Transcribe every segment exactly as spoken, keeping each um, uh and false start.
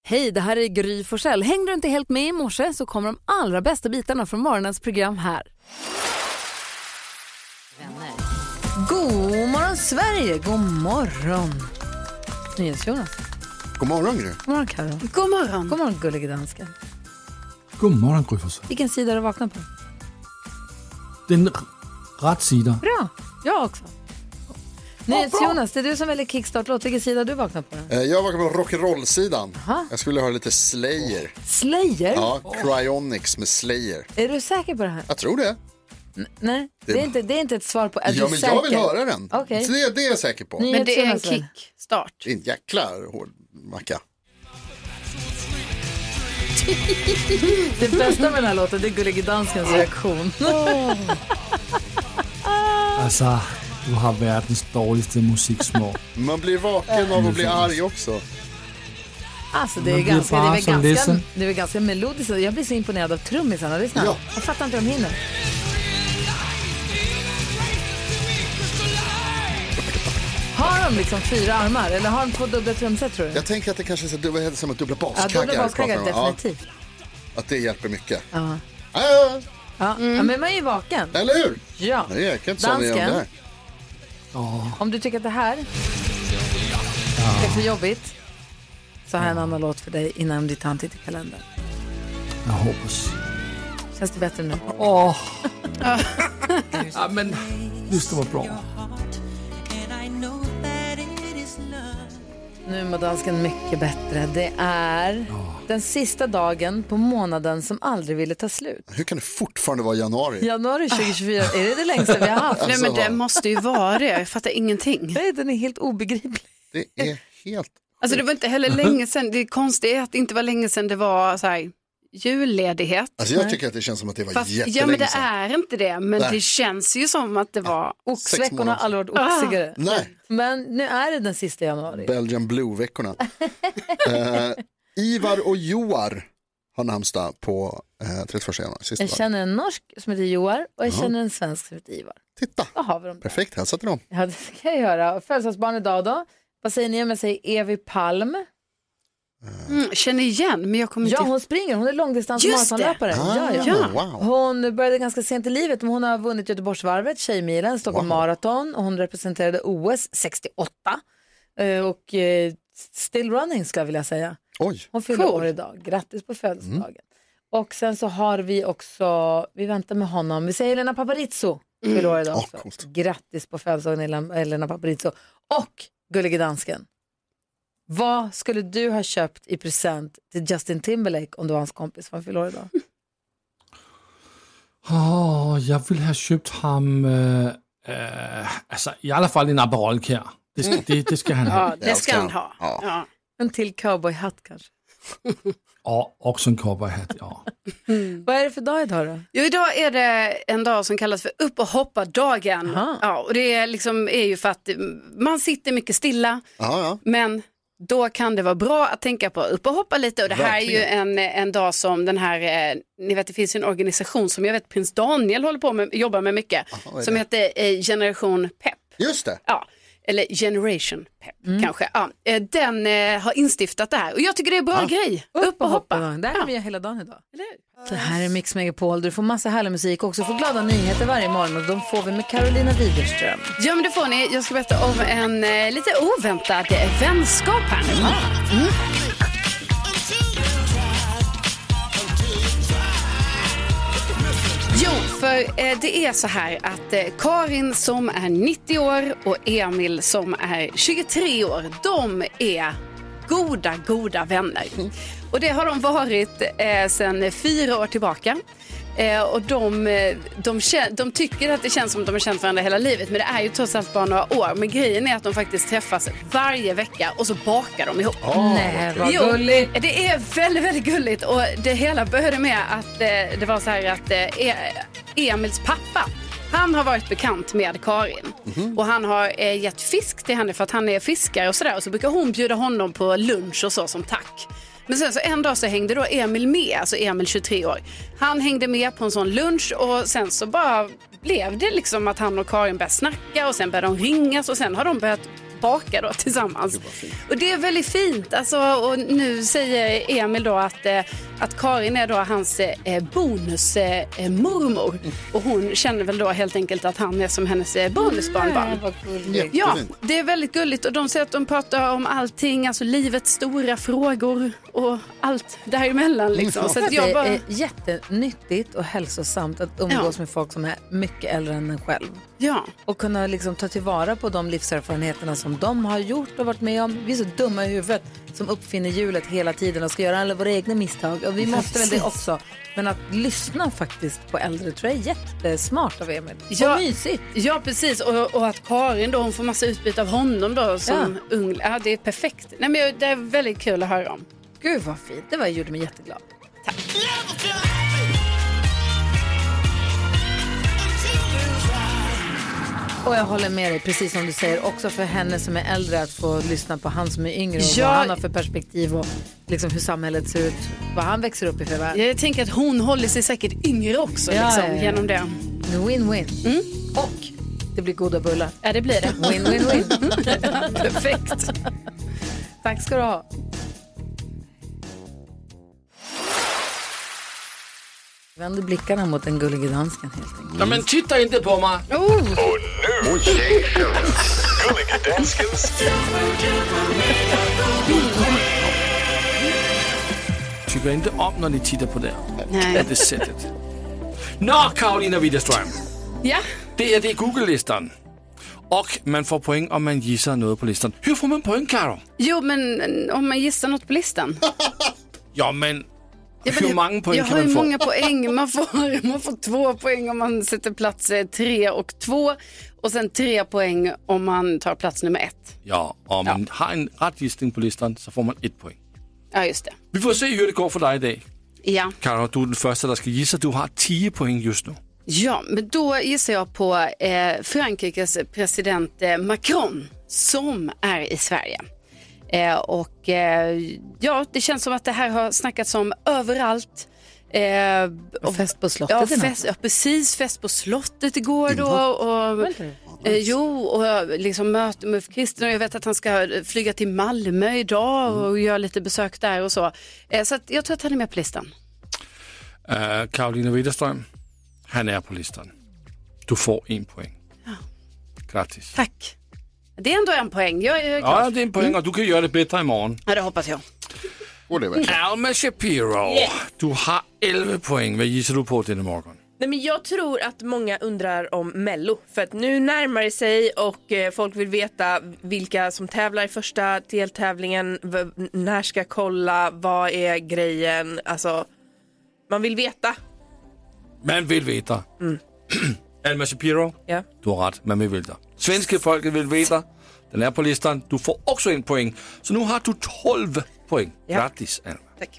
Hej, det här är Gry Forssell. Hängde du inte helt med i morse så kommer de allra bästa bitarna från morgonens program här. Vänner. God morgon Sverige, god morgon. NyhetsJonas. God morgon Gry. God morgon Karo. God morgon. God morgon gullige dansken. God morgon Gry Forssell. Vilken sida har du vaknat på? Den rätt sida. Bra, jag också. NyhetsJonas, det är du som väljer kickstart-låt. Vilken sida har du vaknat på? Den? Jag vaknade på rock'n'roll-sidan. Aha. Jag skulle ha lite Slayer. Slayer? Ja, Cryonics med Slayer. Är du säker på det här? Jag tror det. N- nej, det... Det, är inte, det är inte ett svar på... Är ja, du men säker? jag vill höra den. Okay. Så det, det är jag säker på. Men det är en kickstart. Det är en jäkla hård macka. Det bästa med den här låten, det är gullige danskens reaktion. Alltså, du har världens dåligaste musiksmak. Man blir vaken av att bli arg också. Alltså det är, Man ganska, det, är bara väl som ganska, det är väl ganska melodiskt. Jag blir så imponerad av trummisarna. Lyssna. Ja. Jag fattar inte hur de hinner. Har de liksom fyra armar? Eller har de två dubbla trumset, tror du? Jag tänker att det kanske är så dubbla, som ett dubbla Ja, baskaggar. dubbla baskaggar, Ja, definitivt. att det hjälper mycket. Ja. Ja, ja, Ja. Mm. Ja, men man är ju vaken. eller hur? Ja. Nej, jag kan inte somna igen Dansken, där. Ja, om du tycker att det här är för jobbigt så har jag en annan låt för dig innan du tar en titt i kalendern. jag hoppas. Känns det bättre nu? Åh. Ja, men visst det var bra. Nu mår dansken mycket bättre. Det är den sista dagen på månaden som aldrig ville ta slut. Hur kan det fortfarande vara januari? Januari tjugo tjugofyra, är det det längsta vi har haft? Nej, men det vad? måste ju vara det. Jag fattar ingenting. Nej, den är helt obegriplig. Det är helt... Alltså det var inte heller länge sedan. Det konstiga är att det inte var länge sedan det var så här julledighet. Alltså jag tycker att det känns som att det var Fast, jättelänge ja men det sedan. är inte det. Men Nej. det känns ju som att det var... Oxveckorna har aldrig varit oxigare. Nej, Men nu är det den sista januari. Belgian Blue-veckorna. eh, Ivar och Joar har namnsdag på eh, trettioförsta januari. Sista Jag dagen. känner en norsk som heter Joar och jag Ja. känner en svensk som heter Ivar. Titta, Vad har vi dem där? perfekt, hälsa till dem. Ja, det ska jag göra. Födelsedagsbarn idag då. Vad säger ni om jag säger Evi Palm? Mm, känner igen, men jag kommer Ja, inte... hon springer. Hon är långdistans Just maratonlöpare. Ah, Ja, ja. Ja. Wow. Hon började ganska sent i livet, men hon har vunnit Göteborgsvarvet, Tjejmilen, Stockholm Wow. Marathon och hon representerade O S sextioåtta Eh, och eh, still running ska jag vilja säga. Oj, Hon fyller Cool. år idag. Grattis på födelsedagen. Och sen så har vi också, vi väntar med honom, vi säger Elena Paparizou fyller år idag Ja, också. coolt. Grattis på födelsedagen Elena, Elena Paparizou. Och gullige dansken. Vad skulle du ha köpt i present till Justin Timberlake om du var hans kompis för han fyller år idag? Åh, jag vill ha köpt ham, äh, äh, alltså i alla fall en Aperol-kär. Det ska, det, det ska han ha. Ja, det ska Jag han ska- ha. ja. Ja. En till cowboyhatt kanske. Och också en cowboyhatt, ja. Vad är det för dag idag då? Jo, idag är det en dag som kallas för upp och hoppa-dagen. Aha. Ja, och det är, liksom, är ju för att man sitter mycket stilla, ja, ja. men då kan det vara bra att tänka på upp och hoppa lite. Och det här Verkligen. är ju en, en dag som den här, eh, ni vet det finns ju en organisation som jag vet prins Daniel håller på med, jobbar med mycket, Aha, vad är som det? heter eh, Generation Pep. Just det. Ja, eller Generation Pep kanske. Ja, eh, den eh, har instiftat det här och jag tycker det är en bra Ja. grej. Upp och hoppa. Det här är vi hela dagen idag. Eller hur? Det här är Mix Megapol. Du får massa härlig musik också. Du får glada nyheter varje morgon och de får vi med Carolina Widerström. Ja men det får ni. Jag ska berätta om en eh, lite oväntad eh, vänskap här nu. Mm. Jo, för eh, det är så här att eh, Karin som är nittio år och Emil som är tjugotre år, de är goda, goda vänner. Och det har de varit eh, sedan fyra år tillbaka. Eh, och de, eh, de, kä- de tycker att det känns som att de har känt varandra hela livet. Men det är ju trots allt bara några år. Men grejen är att de faktiskt träffas varje vecka och så bakar de ihop. Oh, Nej, vad Jo, gulligt. det är väldigt, väldigt gulligt. Och det hela började med att eh, det var så här att eh, Emils pappa, han har varit bekant med Karin. Mm-hmm. Och han har eh, gett fisk till henne för att han är fiskare och sådär. Och så brukar hon bjuda honom på lunch och så som tack. Men sen så en dag så hängde då Emil med, alltså Emil tjugotre år. Han hängde med på en sån lunch och sen så bara blev det liksom att han och Karin började snacka och sen började de ringas och sen har de börjat baka då tillsammans. Och det är väldigt fint. Alltså, och nu säger Emil då att, eh, att Karin är då hans eh, bonusmormor. Eh, och hon känner väl då helt enkelt att han är som hennes eh, bonusbarnbarn. Jättefint. Ja, det är väldigt gulligt och de säger att de pratar om allting, alltså livets stora frågor och allt däremellan liksom. Så att jag bara... Det är jättenyttigt och hälsosamt att umgås ja. med folk som är mycket äldre än en själv. Ja. Och kunna liksom ta tillvara på de livserfarenheterna som de har gjort och varit med om. Vi är så dumma i huvudet som uppfinner hjulet hela tiden och ska göra alla våra egna misstag. Och vi måste väl det också. Men att lyssna faktiskt på äldre tror jag är jättesmart av Emil. Ja, och mysigt. Ja, precis. Och, och att Karin då, hon får massa utbyte av honom då som ja. ung. Ja, det är perfekt. Nej, men det är väldigt kul att höra om. Gud vad fint. Det var, gjorde mig jätteglad. Tack. Och jag håller med dig, precis som du säger, också för henne som är äldre att få lyssna på han som är yngre och ja. vad han har för perspektiv och liksom hur samhället ser ut, vad han växer upp i för värld. Jag tänker att hon håller sig säkert yngre också ja, liksom, ja, ja. genom det. Win-win. Mm. Och det blir goda bullar. Ja, det blir det. Win-win-win. Perfekt. Tack ska du ha. Vänder blickarna mot den gulliga dansken helt enkelt. Ja, men titta inte på mig. Oh. Och nu gulliga danskens. Tycker inte om när ni tittar på det. Nej. Det sättet. Nå, Karolina Widerström. Ja. Det är det Google-listan. Och man får poäng om man gissar något på listan. Hur får man poäng, Karo? Jo, men om man gissar något på listan. Ja, men... Ja, hur många poäng jag kan man få? Jag har ju många poäng. Man får, man får två poäng om man sätter plats tre och två. Och sen tre poäng om man tar plats nummer ett. Ja, om man ja. har en rätt gissning på listan så får man ett poäng. Ja, just det. Vi får se hur det går för dig idag. Ja. Karo, du är den första där ska gissa. Du har tio poäng just nu. Ja, men då gissar jag på eh, Frankrikes president eh, Macron som är i Sverige. Eh, och eh, ja, det känns som att det här har snackats om överallt. Eh, och fest på slottet. Ja, fest, ja, precis. Fest på slottet igår då. Och, eh, jo, och liksom möte med Christian. Och jag vet att han ska flyga till Malmö idag och mm. göra lite besök där och så. Eh, så att jag tror att han är med på listan. Uh, Karolina Widerström, han är på listan. Du får en poäng. Ja. Grattis. Tack. Det är ändå en poäng. Jag är glad. Ja, det är en poäng och du kan göra det bättre imorgon. Ja, det hoppas jag. Och det är Alma Shapiro, yeah. Du har elva poäng. Vad gissar du på till imorgon? Nej, men jag tror att många undrar om Mello. För att nu närmar det sig och eh, folk vill veta vilka som tävlar i första deltävlingen. V- när ska jag kolla? Vad är grejen? Alltså, man vill veta. Man vill veta. Mm. Alma Shapiro, ja. Du har rätt, man vill veta. Svenska folket vill veta. Den är på listan. Du får också en poäng. Så nu har du tolv poäng. Ja. Grattis, Alma. Tack.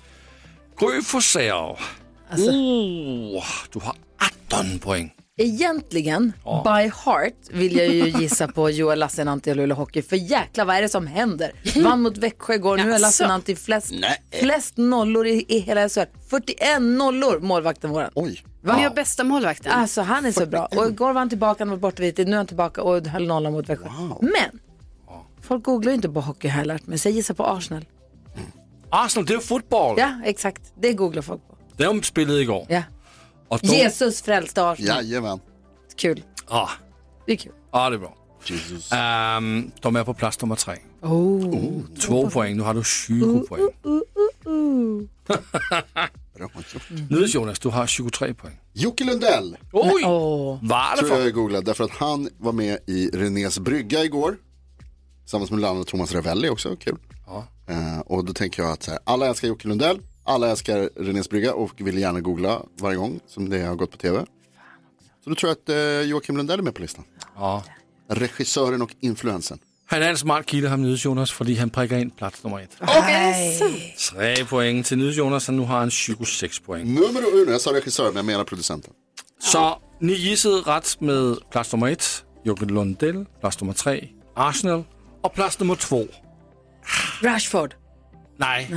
Gry Forssell. Alltså. Oh, du har arton poäng. Egentligen, ja. by heart, vill jag ju gissa på Joel Lassinantti och Luleå Hockey. För jäkla, vad är det som händer? Vann mot Växjö igår. Nu är Lassinantti flest, flest nollor i, i hela S H L. fyrtioen nollor, målvakten våran. Oj. Han är bästa målvakten. Alltså, han är så bra. Och igår var han tillbaka, han var borta vid. Nu är han tillbaka och höll nollan mot Växjö. Wow. Men, folk googlar ju inte på hockey här lärt mig. Så jag gissar på Arsenal. Mm. Arsenal, det är fotboll. Ja, exakt. Det googlar folk på. De spelade igår. Ja. Och då... Jesus frälste Arsenal. Jajamän. Kul. Ja. Det är kul. Ja, det är bra. Jesus. Um, de är på plats nummer tre. Oh. Oh, två poäng. Nu har du tjugo uh, poäng. Uh, uh, uh, uh. Nu Jonas, du har tjugotre poäng. Jocke Lundell. Oj! Oh. Vad tror jag googlade därför att han var med i Renés brygga igår. Tillsammans med Lanne och Thomas Ravelli också. Kul. Ja. Uh, och då tänker jag att så här, alla älskar Jocke Lundell. Alla älskar Renés brygga och vill gärna googla varje gång som det har gått på tv. Så då tror jag att uh, Joakim Lundell är med på listan. Ja. Regissören och influensen. Han är en smart kille, han nydes Jonas, fordi han prikker ind plats nummer ett. Okay. Tre poäng till nydes Jonas, och nu har han tjugosex poäng. Nummer uno, jag sa regissören, men jag menar producenten. Så ni gissade rätt med plats nummer ett, Jocke Lundell, plats nummer tre, Arsenal, och plats nummer två. Rashford. Nej.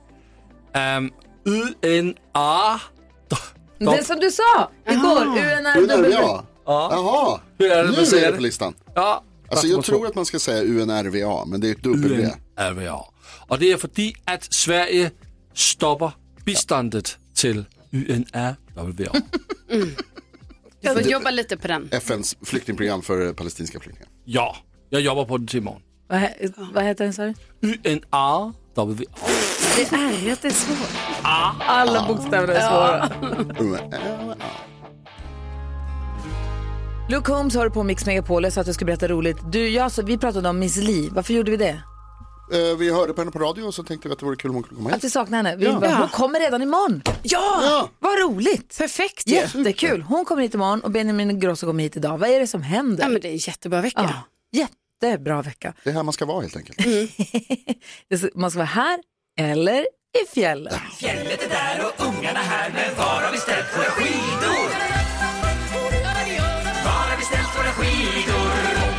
Nej. Um, U N A. Det som du sa igår. U N R W. Ja. Jaha, Hur är det nu är det på listan. Ja. Alltså jag tror att man ska säga U N R V A, men det är ett dubbel V. U N R V A. Och det är för att Sverige stoppar biståndet till U N R W A. Mm. Du får jobba lite på den. F N:s flyktingprogram för palestinska flyktingar. Ja, jag jobbar på det till imorgon. Vad, he- vad heter den, sa du? U N R W A. Det är att det är svårt. Alla bokstäver är svåra. Luke Holmes har du på Mix Megapol, så att jag ska berätta roligt. Du, jag, så, vi pratade om Miss Li. Varför gjorde vi det? Uh, vi hörde på henne på radio och så tänkte vi att det vore kul om hon kunde komma hit. Att vi saknar henne. Vi Ja. bara, Ja. hon kommer redan imorgon. Ja, Ja. vad roligt. Perfekt. Jättekul. Hon kommer hit imorgon och Benjamin Ingrosso kommer hit idag. Vad är det som händer? Ja, men det är en jättebra vecka. Ja, jättebra vecka. Det är här man ska vara helt enkelt. Det ska- Man ska vara här eller i fjällen. Fjället är där och ungarna här, men var har vi ställt våra skidor? Var har vi ställt våra skidor?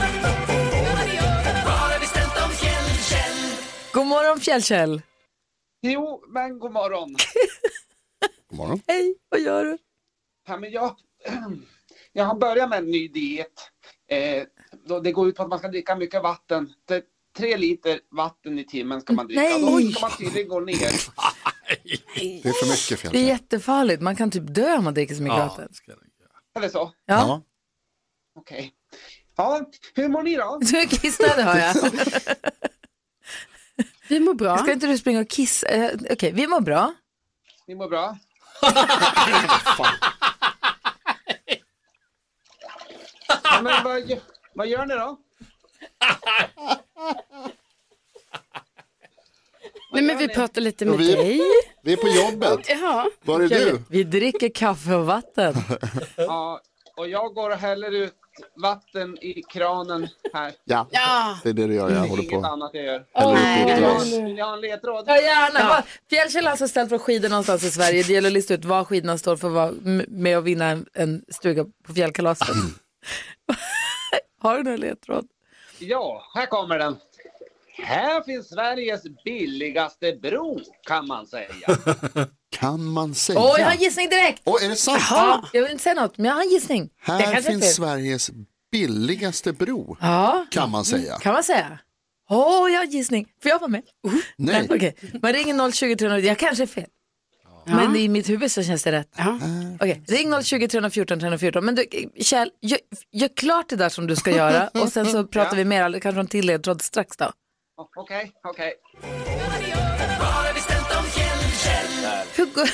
Var har vi ställt dem, Fjällkäll? God morgon, Fjällkäll. Jo, men god morgon. God morgon. Hej, vad gör du? Ja, men jag, jag har börjat med en ny diet. Eh, då det går ut på att man ska dricka mycket vatten. Det, tre liter vatten i timmen ska man dricka. Nej. Då ska man tydligen gå ner. Det är för mycket fel. Det är jättefarligt. Man kan typ dö om man dricker så mycket Ja. vatten. Är det så? Ja. Okej. Ja, hur mår ni då? Du är kissnödig, hör jag. Vi mår bra. Ska inte du springa och kissa? Eh, Okej, vi mår bra. Ni mår bra? Ja, men vad, gö- vad gör ni då? Nej, men vi pratar lite med Ja, vi- dig. Vi är på jobbet. Ja. Var är du? Vi dricker kaffe och vatten. Ja, och jag går och häller ut vatten i kranen här. Ja, Ja. det är det du gör. Jag håller Inget på. annat jag gör. Häller ut nej, i ett nej, glas. Vill ni ha en ledtråd? Ja, gärna. Ja. Fjällkäll har alltså ställt på skidor någonstans i Sverige. Det gäller att lista ut var skidorna står för att vara m- med och vinna en, en stuga på fjällkalaset. Har du någon ledtråd? Ja, här kommer den. Här finns Sveriges billigaste bro, kan man säga. Kan man säga? Åh, jag har en gissning direkt. Åh, är det sant? Ja, jag vill inte säga något, men jag har en gissning. Det Här kanske är finns fel. Sveriges billigaste bro. Ja, Kan man säga. kan man säga. Åh, jag har en gissning. Får jag vara med? Nej. Okej, man ringer noll tjugo, tre hundra. Jag kanske är fel. Men i mitt huvud så känns det rätt. Ja. Okej, ring noll tjugo, tre hundra fjorton, tre hundra fjorton. Men du, Kjell, gör, gör klart det där som du ska göra och sen så pratar Ja. vi mer, kanske om till ledtråd strax då. Okej, okej. Var har vi ställt dem, Fjällkäll? Hur går...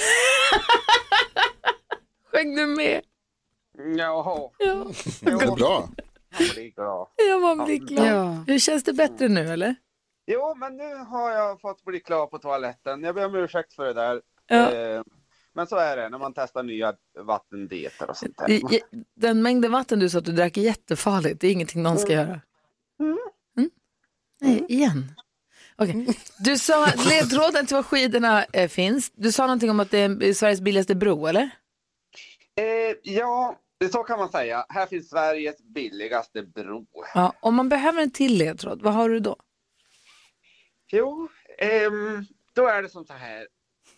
Sjöng du med? Jaha. Ja, Det är bra. Det är bra. jag var bli glad. Ja. Hur känns det bättre nu eller? Jo, men nu har jag fått bli klar på toaletten. Jag ber om ursäkt för det där. Ja. Eh, men så är det när man testar nya vattendieter och sånt där. I- i- Den mängden vatten du sa att du drack är jättefarligt. Det är ingenting någon ska göra. Mm? Nej, igen. Okej. Du sa ledtråden till var skidorna eh, finns. Du sa någonting om att det är Sveriges billigaste bro, eller? Eh, ja, så kan man säga. Här finns Sveriges billigaste bro. Ja, om man behöver en till ledtråd, vad har du då? Jo, ehm, då är det som så här.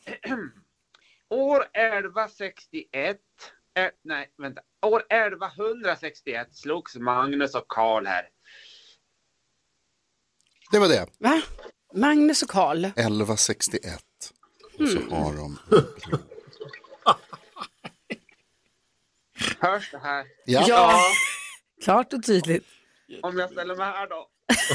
År elva sextioett, eh, nej vänta, år elva sextioett slogs Magnus och Karl här. Det var det. Va? Magnus och Karl. elva sextioett. Och så har de... Hörs det här? Ja. Ja, klart och tydligt. Om jag ställer mig här då.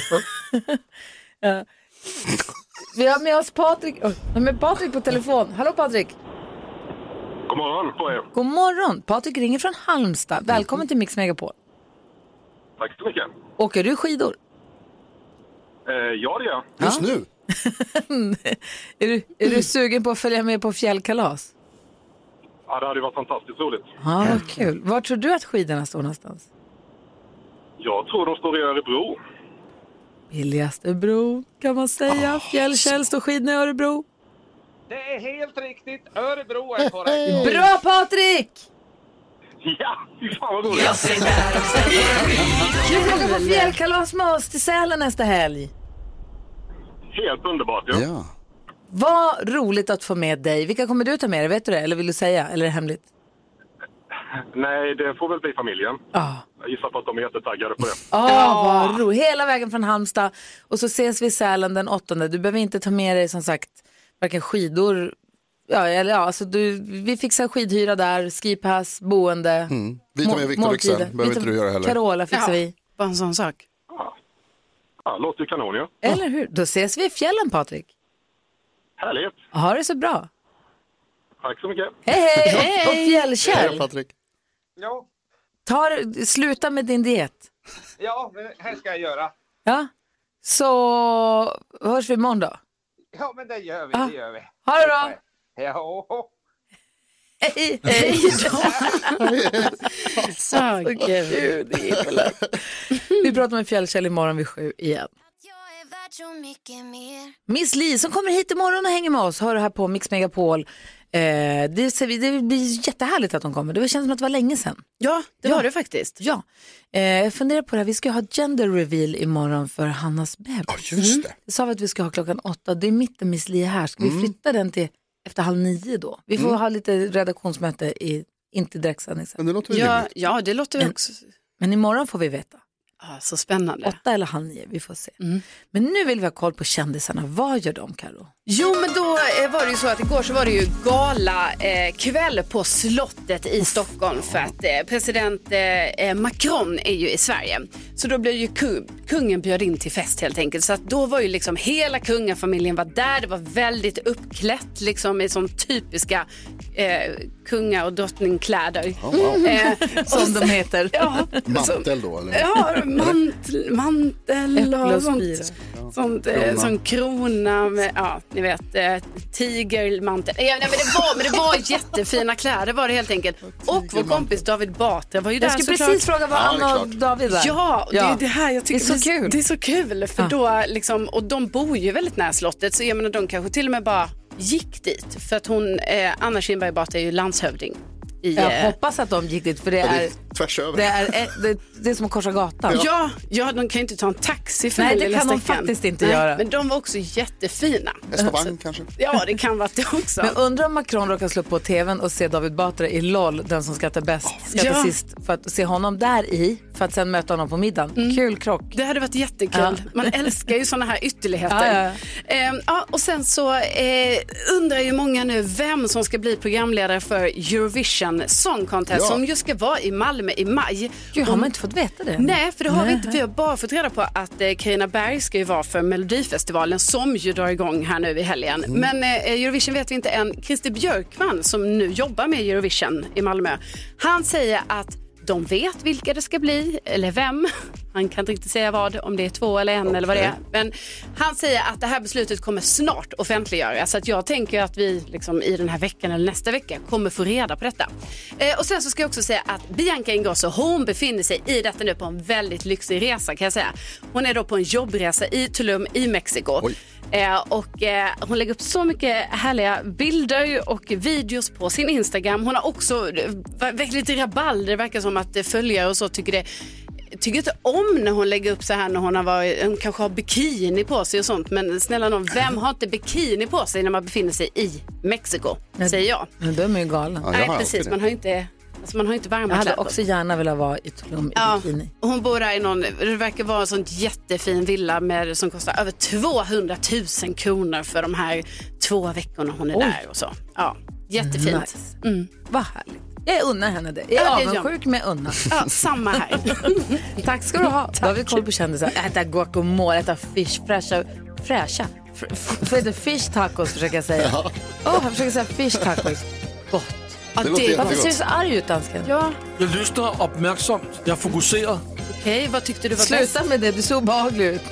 Ja. Vi har med oss Patrik. Oh, med Patrik på telefon. Hallå Patrik. God morgon på er. God morgon. Patrik ringer från Halmstad. Välkommen till Mix Megapol. Tack så mycket. Åker du skidor? Eh, ja, det gör jag. Just nu. är, du, är du sugen på att följa med på fjällkalas? Ja, det hade ju varit fantastiskt roligt. Ja, vad kul. Var tror du att skidorna står någonstans? Jag tror de står i Örebro. Billigaste bro, kan man säga. Fjällkäll står skidorna i Örebro. Det är helt riktigt. Örebro är korrekt. Bra Patrik! Ja, fy fan vad roligt. Jag ser där och ställer Du får åka på fjällkalas med oss till Sälen nästa helg. Helt underbart, ja. Ja. Vad roligt att få med dig. Vilka kommer du ta med dig? Vet du det? Eller vill du säga? Eller är det hemligt? Nej, det får väl bli familjen. Ah. Jag gissar på att de är jättetaggade på det. Ah, vad ro. Hela vägen från Halmstad. Och så ses vi i Sälen den åttonde. Du behöver inte ta med dig som sagt varken skidor. Ja, eller ja, alltså du, vi fixar skidhyra där, skipass, boende. Mm. Vi tar med Victor Rexell, behöver inte du göra heller. Carola fixar ja, vi. Bara en sån sak. Ja, ja låter ju kanon, ja. Eller hur? Då ses vi i fjällen, Patrik. Härligt. Ha det så bra. Tack så mycket. Hej, hej. hej. Och Fjällkärr. Hej, Patrik. Ja. Tar, sluta med din diet. Ja, men det här ska jag göra. Ja, så hörs vi imorgon då. Ja, men det gör vi, ah. det gör vi. Ha det bra. Ja. Hej, hej då. Så gud, det är vi pratar med Fjällkärr imorgon vid sju igen. Miss Li som kommer hit imorgon och hänger med oss. Hör det här på Mix Megapol. Eh, det, det blir jättehärligt att de kommer. Det känns som att det var länge sedan. Ja, det ja. var det faktiskt. Ja. Eh, jag funderar på det här. Vi ska ha gender reveal imorgon för Hannas bebis. Ja, just det. Mm. Det sa vi att vi ska ha klockan åtta. Det är mitten Miss Li här. Ska mm. vi flytta den till efter halv nio då? Vi får mm. ha lite redaktionsmöte i, inte direktsändning. Men det låter ja, ja, det låter men, också. Men imorgon får vi veta. Ah, så spännande. Åtta eller halv nio, vi får se. Mm. Men nu vill vi ha koll på kändisarna. Vad gör de, Karo? Jo, men då eh, var det ju så att igår så var det ju gala eh, kväll på slottet i Stockholm för att eh, president eh, Macron är ju i Sverige. Så då blev ju kung, kungen bjöd in till fest helt enkelt. Så att då var ju liksom hela kungafamiljen var där. Det var väldigt uppklätt liksom i sån typiska eh, kunga- och drottningkläder. Oh, wow. eh, Som de heter. Ja, mantel då, eller? Ja, mantel, mantel och sånt. Sånt, eh, som krona med, ja, ni vet, eh, tigermantel. Ja, nej, men, det var, men det var jättefina kläder var det helt enkelt. Och vår kompis David Batra var ju där. Jag skulle precis fråga vad han ja, och David var. Ja, det är det här jag tycker det är så kul. Det är så kul för ja. då liksom, och de bor ju väldigt nära slottet så jag menar de kanske till och med bara gick dit för att hon, eh, Anna Kinberg Batra är ju landshövding. I, jag eh, hoppas att de gick dit för det är, det är tvärs över. Det är, det, det är som att korsa gatan. Ja. ja, ja, de kan ju inte ta en taxi för Nej, den det kan sträckan. de faktiskt inte Nej, göra. Men de var också jättefina. Nästa vagn kanske? Ja, det kan vara det också. Men undrar om Macron råkar slå på tvn och se David Batra i LOL, den som skrattar bäst, skrattar ja. sist, för att se honom där i, för att sen möta honom på middagen. Mm. Kul krock. Det hade varit jättekul. Ja. Man älskar ju såna här ytterligheter. Ja, ja, ja. Ehm, ja, och sen så eh, undrar ju många nu vem som ska bli programledare för Eurovision Song Contest ja. som ju ska vara i Malmö i maj. Gud, har man inte fått veta det? Nej, för det har vi inte. Vi har bara fått reda på att eh, Carina Berg ska ju vara för Melodifestivalen som ju drar igång här nu i helgen. Mm. Men eh, Eurovision vet vi inte än. Christer Björkman som nu jobbar med Eurovision i Malmö, han säger att de vet vilka det ska bli, eller vem. Han kan inte riktigt säga vad, om det är två eller en okay. eller vad det är. Men han säger att det här beslutet kommer snart offentliggöras. Så att jag tänker att vi liksom i den här veckan eller nästa vecka kommer få reda på detta. Eh, och sen så ska jag också säga att Bianca Ingrosso, hon befinner sig i detta nu på en väldigt lyxig resa kan jag säga. Hon är då på en jobbresa i Tulum i Mexiko. Oj. Eh, och eh, hon lägger upp så mycket härliga bilder och videos på sin Instagram. Hon har också väckt lite rabalder. Det verkar som att följare och så tycker det tycker inte om när hon lägger upp så här när hon har varit, hon kanske har bikini på sig och sånt. Men snälla någon, vem har inte bikini på sig när man befinner sig i Mexiko, säger jag. Men de är ju galna. Ja, Nej, precis, man har ju inte... Alltså man har inte varma kläder. Jag hade kläder. också gärna velat vara i Tulum i ja, bikini. Hon bor där i någon, det verkar vara en sån jättefin villa med, som kostar över tvåhundratusen kronor för de här två veckorna hon är Oj. där och så. Ja, jättefint. Nice. Mm. Vad härligt. Jag unnar henne det. Jag är ja, avundsjuk med unna. Ja, samma här. Tack ska du ha. Tack. Då har vi koll på kändisar. Äta guacamole, äta fish, fräscha, fräscha. För heter fish tacos försöker jag säga. Åh, ja. oh, jag försöker säga fish tacos. Gott. Ja, det, varför ser du så arg ut, dansken? Ja. Jag lyssnar uppmärksamt. Jag fokuserar. Okej, okay, vad tyckte du var Sluta bäst? Sluta med det, du såg behaglig ut.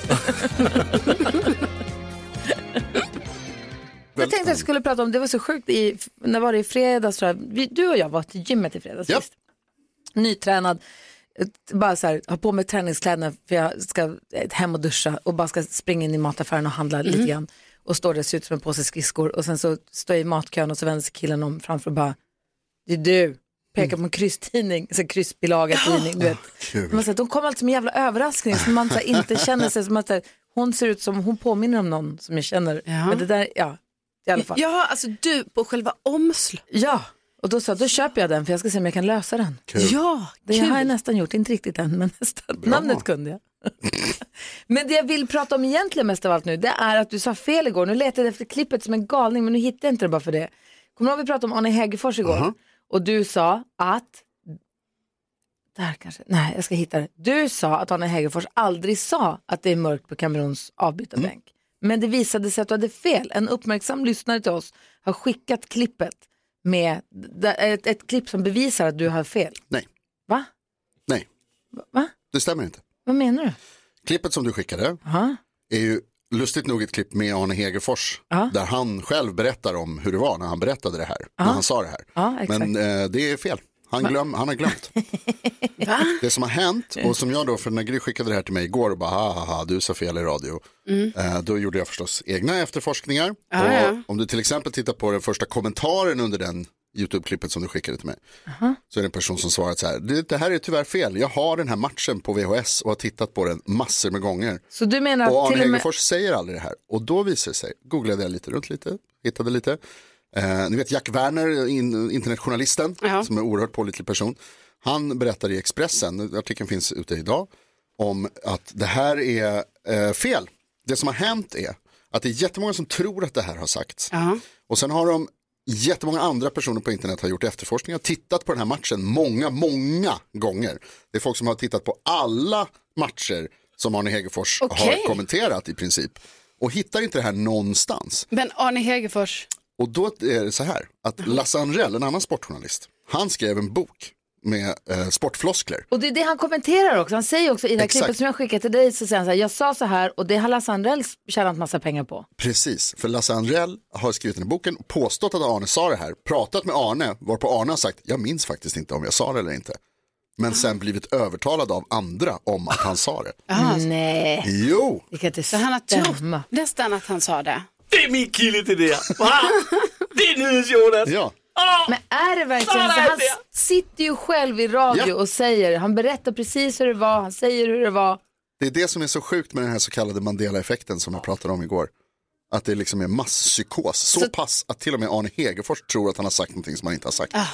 Jag tänkte att jag skulle prata om, det var så sjukt, i, när var det i fredags tror jag. Vi, du och jag var till gymmet i fredags. Yep. Nytränad, bara så här, har på mig träningskläderna för jag ska hem och duscha och bara ska springa in i mataffären och handla mm. lite grann. Och står där, ser ut som en påse skridskor. Och sen så står jag i matkön och så vänder sig killen om framför och bara, det är du. Pekar på en krysstidning, så kryssbilaga tidning, du vet. Oh, man säger, de kommer alltid som en jävla överraskning som man så här, inte känner sig som att här, hon ser ut som, hon påminner om någon som jag känner. Ja. Men det där, ja, i alla fall. Ja, alltså du på själva omslag. Ja, Och då sa då köper jag den för jag ska se om jag kan lösa den. Kul. Ja, Det kul. har jag nästan gjort, inte riktigt än, men nästan. Namnet kunde jag. Men det jag vill prata om egentligen mest av allt nu, det är att du sa fel igår. Nu letade jag efter klippet som en galning, men nu hittade jag inte det bara för det. Kommer du ihåg vi pratade om Arne Hegerfors igår? Uh-huh. Och du sa att... Där kanske... Nej, jag ska hitta det. Du sa att Arne Hegerfors aldrig sa att det är mörkt på Kameruns avbytarbänk. Mm. Men det visade sig att du hade fel. En uppmärksam lyssnare till oss har skickat klippet med ett, ett klipp som bevisar att du har fel. Nej. Va? Nej. Va? Det stämmer inte. Vad menar du? Klippet som du skickade uh-huh. är ju lustigt nog ett klipp med Arne Hegerfors. Uh-huh. Där han själv berättar om hur det var när han berättade det här. Uh-huh. När han sa det här. Uh-huh, Men eh, det är fel. Han, glöm, han har glömt. Det som har hänt och som jag då, för när Gry skickade det här till mig igår och bara ha, ha, ha du sa fel i radio. Mm. Eh, då gjorde jag förstås egna efterforskningar. Ah, och ja. Om du till exempel tittar på den första kommentaren under den YouTube-klippet som du skickade till mig. Uh-huh. Så är det en person som svarat så här: det, det här är tyvärr fel. Jag har den här matchen på V H S och har tittat på den massor med gånger. Så du menar att och Arne till och med... Hegerfors säger aldrig det här. Och då visar det sig, googlade jag lite runt lite, hittade lite. Eh, ni vet Jack Werner, in, internetjournalisten, uh-huh. som är en oerhört pålitlig person. Han berättade i Expressen, artikeln finns ute idag, om att det här är eh, fel. Det som har hänt är att det är jättemånga som tror att det här har sagts. Uh-huh. Och sen har de jättemånga andra personer på internet har gjort efterforskningar, tittat på den här matchen många, många gånger. Det är folk som har tittat på alla matcher som Arne Hegerfors okay. har kommenterat i princip. Och hittar inte det här någonstans. Men Arne Hegerfors... Och då är det så här, att Lasse Anrell, en annan sportjournalist, han skrev en bok med eh, sportfloskler. Och det är det han kommenterar också. Han säger också i det här klippet som jag skickade till dig, så säger han så här: jag sa så här och det har Lasse Anrell tjänat massa pengar på. Precis, för Lasse Anrell har skrivit den här boken och påstått att Arne sa det här, pratat med Arne, varpå Arne har sagt, jag minns faktiskt inte om jag sa det eller inte. Men sen blivit övertalad av andra om att han sa det. Aha. Nej. Jo. Så han har trott nästan att han sa det. Det är min kille till det. Va? Det är NyhetsJonas. Ja. Oh, men är det verkligen så? Han sitter ju själv i radio ja. och säger, han berättar precis hur det var, han säger hur det var. Det är det som är så sjukt med den här så kallade Mandela-effekten som jag pratade om igår. Att det liksom är masspsykos. Så, så pass att till och med Arne Hegerfors tror att han har sagt någonting som han inte har sagt. Oh.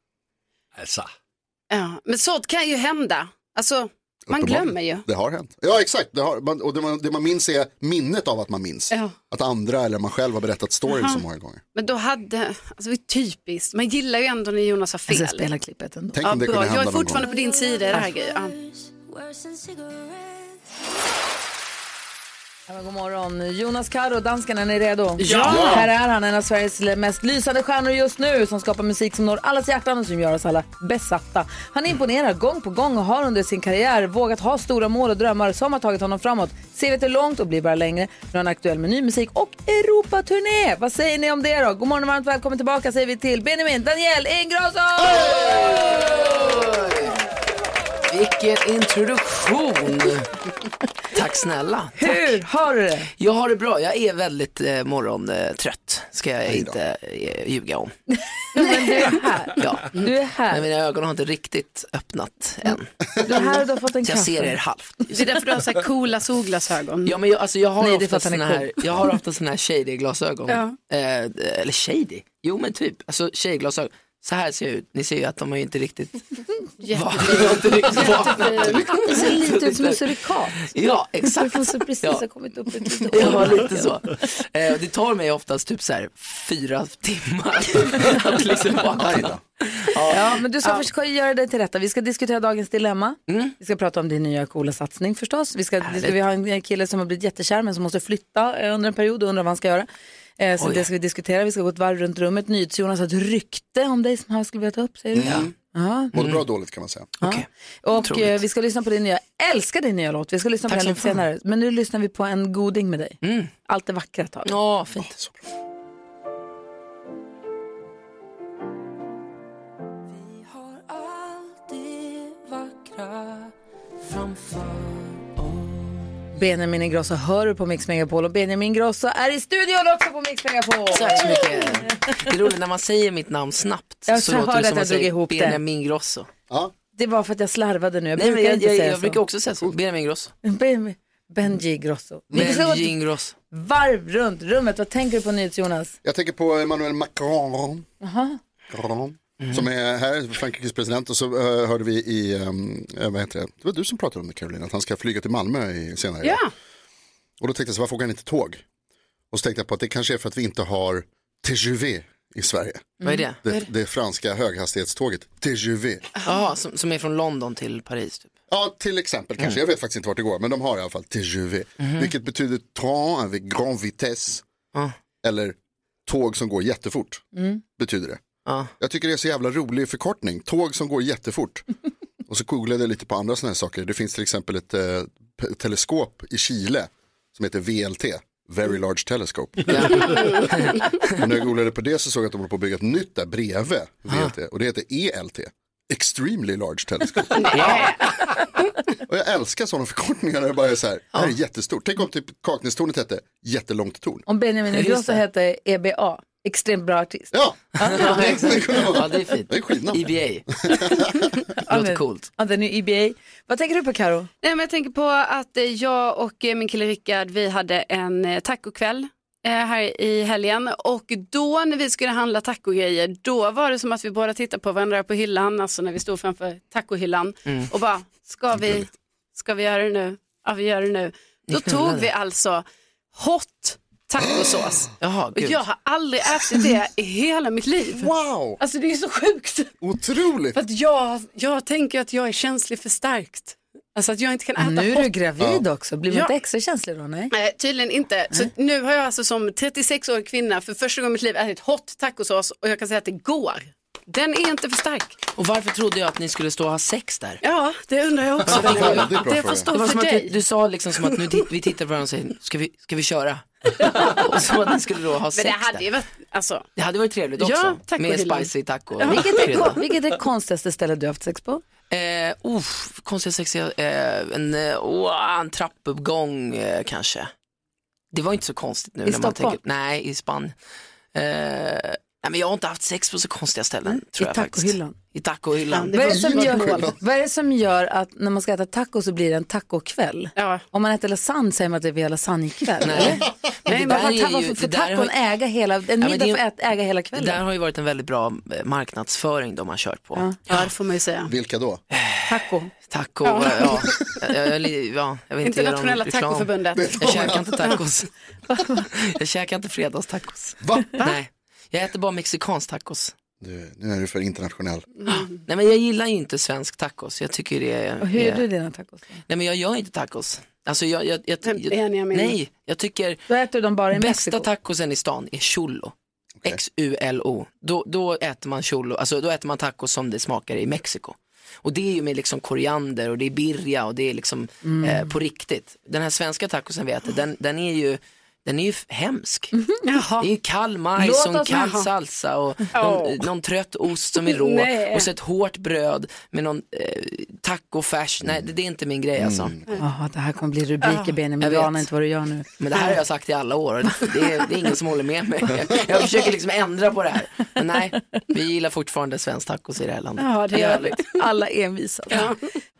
Alltså. Ja, men sånt kan ju hända. Alltså, man glömmer ju. Det har hänt. Ja, exakt. Det har, och det man, det man minns är minnet av att man minns. Ja. Att andra eller man själv har berättat storyn så många gånger. Men då hade, alltså det är typiskt. Man gillar ju ändå när Jonas har fel. Jag ska spela klippet ändå. Tänk om ja, det kunde hända jag är fortfarande på din sida i det här grejen. Ja, god morgon. Jonas Karo, dansken, är ni redo? Ja! Här är han, en av Sveriges mest lysande stjärnor just nu, som skapar musik som når allas hjärtan och som gör oss alla besatta. Han imponerar gång på gång och har under sin karriär vågat ha stora mål och drömmar som har tagit honom framåt. Se vet hur långt och blir bara längre. Nu är han aktuell med ny musik och Europaturné. Vad säger ni om det då? God morgon och varmt välkommen tillbaka säger vi till Benjamin Daniel Ingrosso! Vilken introduktion. Tack snälla. Tack. Hur har du det? Jag har det bra. Jag är väldigt eh, morgontrött. Ska jag inte eh, ljuga om. Men du är här. Ja. Du är här. Men mina ögon har inte riktigt öppnat än. Du är här och du har fått en så kaffe. jag ser er halvt. Det är därför du har så här coola solglasögon. Ja, men jag, alltså, jag har Nej, ofta såna här, jag har ofta såna här shady glasögon. Ja. Eh, eller shady. Jo, men typ. Alltså shady glasögon. Så här ser jag ut. Ni ser ju att de är inte riktigt vaknat. Det ser lite ut som en surikat. Ja, exakt. Som precis ja. har kommit upp ett litet ja, lite så. Eh, det tar mig oftast typ så här fyra timmar att liksom vakna. Ja. ja, men du ska ja. försöka göra det till rätta. Vi ska diskutera dagens dilemma. Mm. Vi ska prata om din nya coola satsning förstås. Vi ska, vi ska vi har en kille som har blivit jättekär men som måste flytta under en period och undrar vad han ska göra. Eh, så Oj. det ska vi diskutera. Vi ska gå ett varv runt rummet. NyhetsJonas har ett rykte om dig som han skulle vilja ta upp, säger du? Mm. Ja. Både bra och dåligt kan man säga. Ja. Okay. Och eh, vi ska lyssna på din nya, älskar din nya låt. Vi ska lyssna Tack på den lite senare. Men nu lyssnar vi på en goding med dig. Mm. Allt är vackra tal. Ja, fint. Oh, så bra. Vi har alltid vackra framför. Benjamin Ingrosso hör du på Mix Megapol och Benjamin Ingrosso är i studion också på Mix Megapol. Tack så mycket. Det är roligt när man säger mitt namn snabbt. Jag så så låter det som att jag drog ihop det. Benjamin Ingrosso. Ja. Det var för att jag slarvade nu. Jag Nej, brukar men jag, inte jag, säga jag så. brukar också säga så. Benjamin Ingrosso. Ben, Benji Ingrosso. Benji Ingrosso. Varv runt rummet. Vad tänker du på NyhetsJonas? Jag tänker på Emmanuel Macron. Aha. Macron. Mm. Som är här, Frankrikes president. Och så uh, hörde vi i, um, vad heter det? Det var du som pratade om det, Carolina, att han ska flyga till Malmö i, senare. Ja. Och då tänkte jag så, varför åker han inte tåg? Och så tänkte jag på att det kanske är för att vi inte har T G V i Sverige. Mm. Vad är det? Det, det franska höghastighetståget T G V. Ja, som, som är från London till Paris typ. Ja, till exempel kanske. Mm. Jag vet faktiskt inte vart det går, men de har i alla fall T G V. Mm. Vilket betyder train avec grand vitesse. Mm. Eller tåg som går jättefort. Mm. Betyder det. Mm. Jag tycker det är så jävla rolig förkortning. Tåg som går jättefort. Och så googlade jag lite på andra sådana här saker. Det finns till exempel ett eh, teleskop i Chile som heter V L T. Very Large Telescope. Och när jag googlade på det så såg jag att de håller på att bygga ett nytt där bredvid V L T. Och det heter E L T. Extremely Large Telescope. Och jag älskar sådana förkortningar där det bara är så här, det här är jättestort. Tänk om typ Kaknästornet hette jättelångt torn. Om Benjamin Ingrosso hette E B A, extremt bra artist. Ja, ja, det, ja det är fint. Det är skillnad. E B A. Det låter coolt. Ja, den är E B A. Vad tänker du på, Karo? Nej, men jag tänker på att jag och min kille Rickard, vi hade en tacokväll här i helgen, och då när vi skulle handla tacogrejer, då var det som att vi båda tittade på varandra på hyllan, alltså när vi stod framför tacohyllan mm. och bara, ska vi, ska vi göra det nu? Ja, vi gör det nu. Då tog vi alltså hot tacosås. Jaha, och jag har aldrig ätit det i hela mitt liv. Wow! Alltså det är så sjukt. Otroligt. För att jag, jag tänker att jag är känslig för starkt. Alltså att jag inte kan äta nu är hot. du gravid också. Blir man ja. inte extra känslig då? Nej, nej tydligen inte. Nej. Så nu har jag alltså som trettiosex-årig kvinna för första gången i mitt liv ätit hot tacosås, och jag kan säga att det går. Den är inte för stark. Och varför trodde jag att ni skulle stå och ha sex där? Ja, det undrar jag också. det, det, det, det får stå det var för som dig. Att du, du sa liksom som att nu t- vi tittar på varandra och säger, ska vi, ska vi köra? Och så att ni skulle då ha sex. Men det hade där. ju varit, alltså. Det hade varit trevligt också. Ja, med spicy taco. Ja. Vilket, är, vilket är det konstigaste stället du har haft sex på? Eh, oh, konstiga sex, eh, en, oh, en trappuppgång eh, kanske. Det var inte så konstigt nu. I när Stockholm? man tänker, nej, i Spanien. Eh, nej, men jag har inte haft sex på så konstiga ställen. Mm, tror I jag tacohyllan? Faktiskt. I tacohyllan. Ja, vad, är det som gör, vad är det som gör att när man ska äta taco så blir det en tacokväll? Ja. Om man äter lasagne säger man att det är lasagnekväll. Nej, men det där är ju... Får tacon äga hela, en ja, middag får äga hela kvällen? Det där har ju varit en väldigt bra marknadsföring de har kört på. Ja, ja det får man ju säga. Vilka då? Taco. Taco, ja. ja. Jag, jag, ja jag vet inte. Internationella tacoförbundet. Jag käkar inte tacos. Jag käkar inte fredagstacos. Va? Nej, jag äter bara mexikansk tacos. Du, nu är du för internationell. Mm. Nej, men jag gillar ju inte svensk tacos. Jag tycker det är... Och hur är du dina tacos? Nej, men jag gör inte tacos. Alltså jag... jag, jag, jag, jag nej, jag tycker... Då äter de bara i bästa Mexiko. tacosen i stan är chulo. Okay. X U L O. Då, då äter man chulo. Alltså då äter man tacos som det smakar i Mexiko. Och det är ju med liksom koriander och det är birria och det är liksom mm. eh, på riktigt. Den här svenska tacosen vi äter, den, den är ju... Den är ju hemsk. Mm, det är ju kall majs och kall med. salsa och oh. någon, någon trött ost som är rå och så ett hårt bröd med någon eh, tacofärs. Nej, det, det är inte min grej alltså. Mm. Oh, det här kommer bli rubriker, Benjamin. Jag vet inte vad du gör nu. Men det här har jag sagt i alla år. Det är, det är ingen som håller med mig. Jag, jag försöker liksom ändra på det här. Men nej, vi gillar fortfarande svensk tacos i det här landet. Ja, det gör vi. Alla envisa. Ja.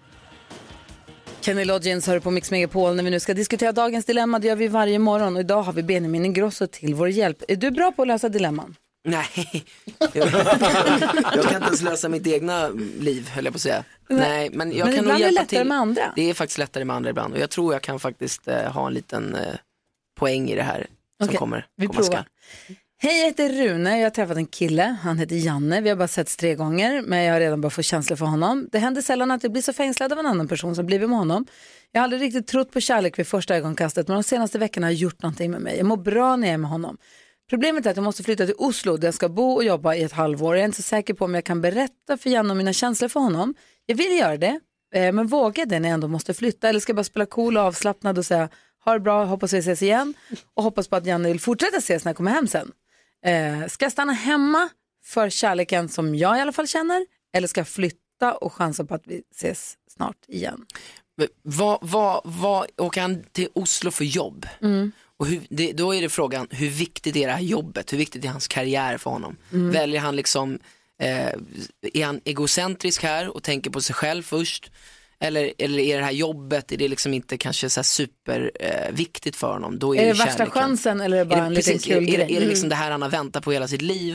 Kenny Loggins hör på Mix Megapol när vi nu ska diskutera dagens dilemma. Det gör vi varje morgon och idag har vi Benjamin Ingrosso till vår hjälp. Är du bra på att lösa dilemman? Nej, jag, jag kan inte ens lösa mitt egna liv, höll jag på att säga. Nej, Nej men jag men kan nog hjälpa är det lättare till. med andra. Det är faktiskt lättare med andra ibland och jag tror jag kan faktiskt eh, ha en liten eh, poäng i det här som okay, kommer. Vi provar. Ska. Hej, jag heter Rune. Jag har träffat en kille. Han heter Janne. Vi har bara setts tre gånger, men jag har redan bara fått känsla för honom. Det händer sällan att jag blir så fängslad av en annan person som blivit med honom. Jag har aldrig riktigt trott på kärlek vid första ögonkastet, men de senaste veckorna har jag gjort någonting med mig. Jag mår bra när jag är med honom. Problemet är att jag måste flytta till Oslo där jag ska bo och jobba i ett halvår. Jag är inte så säker på om jag kan berätta för Janne om mina känslor för honom. Jag vill göra det, men vågar det när jag ändå måste flytta? Eller ska jag bara spela cool och avslappnad och säga ha det bra, hoppas vi ses igen och hoppas på att Janne vill fortsätta ses när jag kommer hem sen? Eh, ska jag stanna hemma för kärleken som jag i alla fall känner, eller ska jag flytta och chansa på att vi ses snart igen? Vad, vad, vad åker han till Oslo för jobb? Mm. Och hur, det, då är det frågan, hur viktigt är det här jobbet? Hur viktigt är hans karriär för honom? Mm. Väljer han liksom, eh, är han egocentrisk här och tänker på sig själv först? Eller, eller är det här jobbet, är det liksom inte kanske så här super eh, viktigt för honom? Då är, är det, det värsta chansen eller är det bara är det, en liten kul är, grej? Är, är det liksom det här han har väntat på hela sitt liv?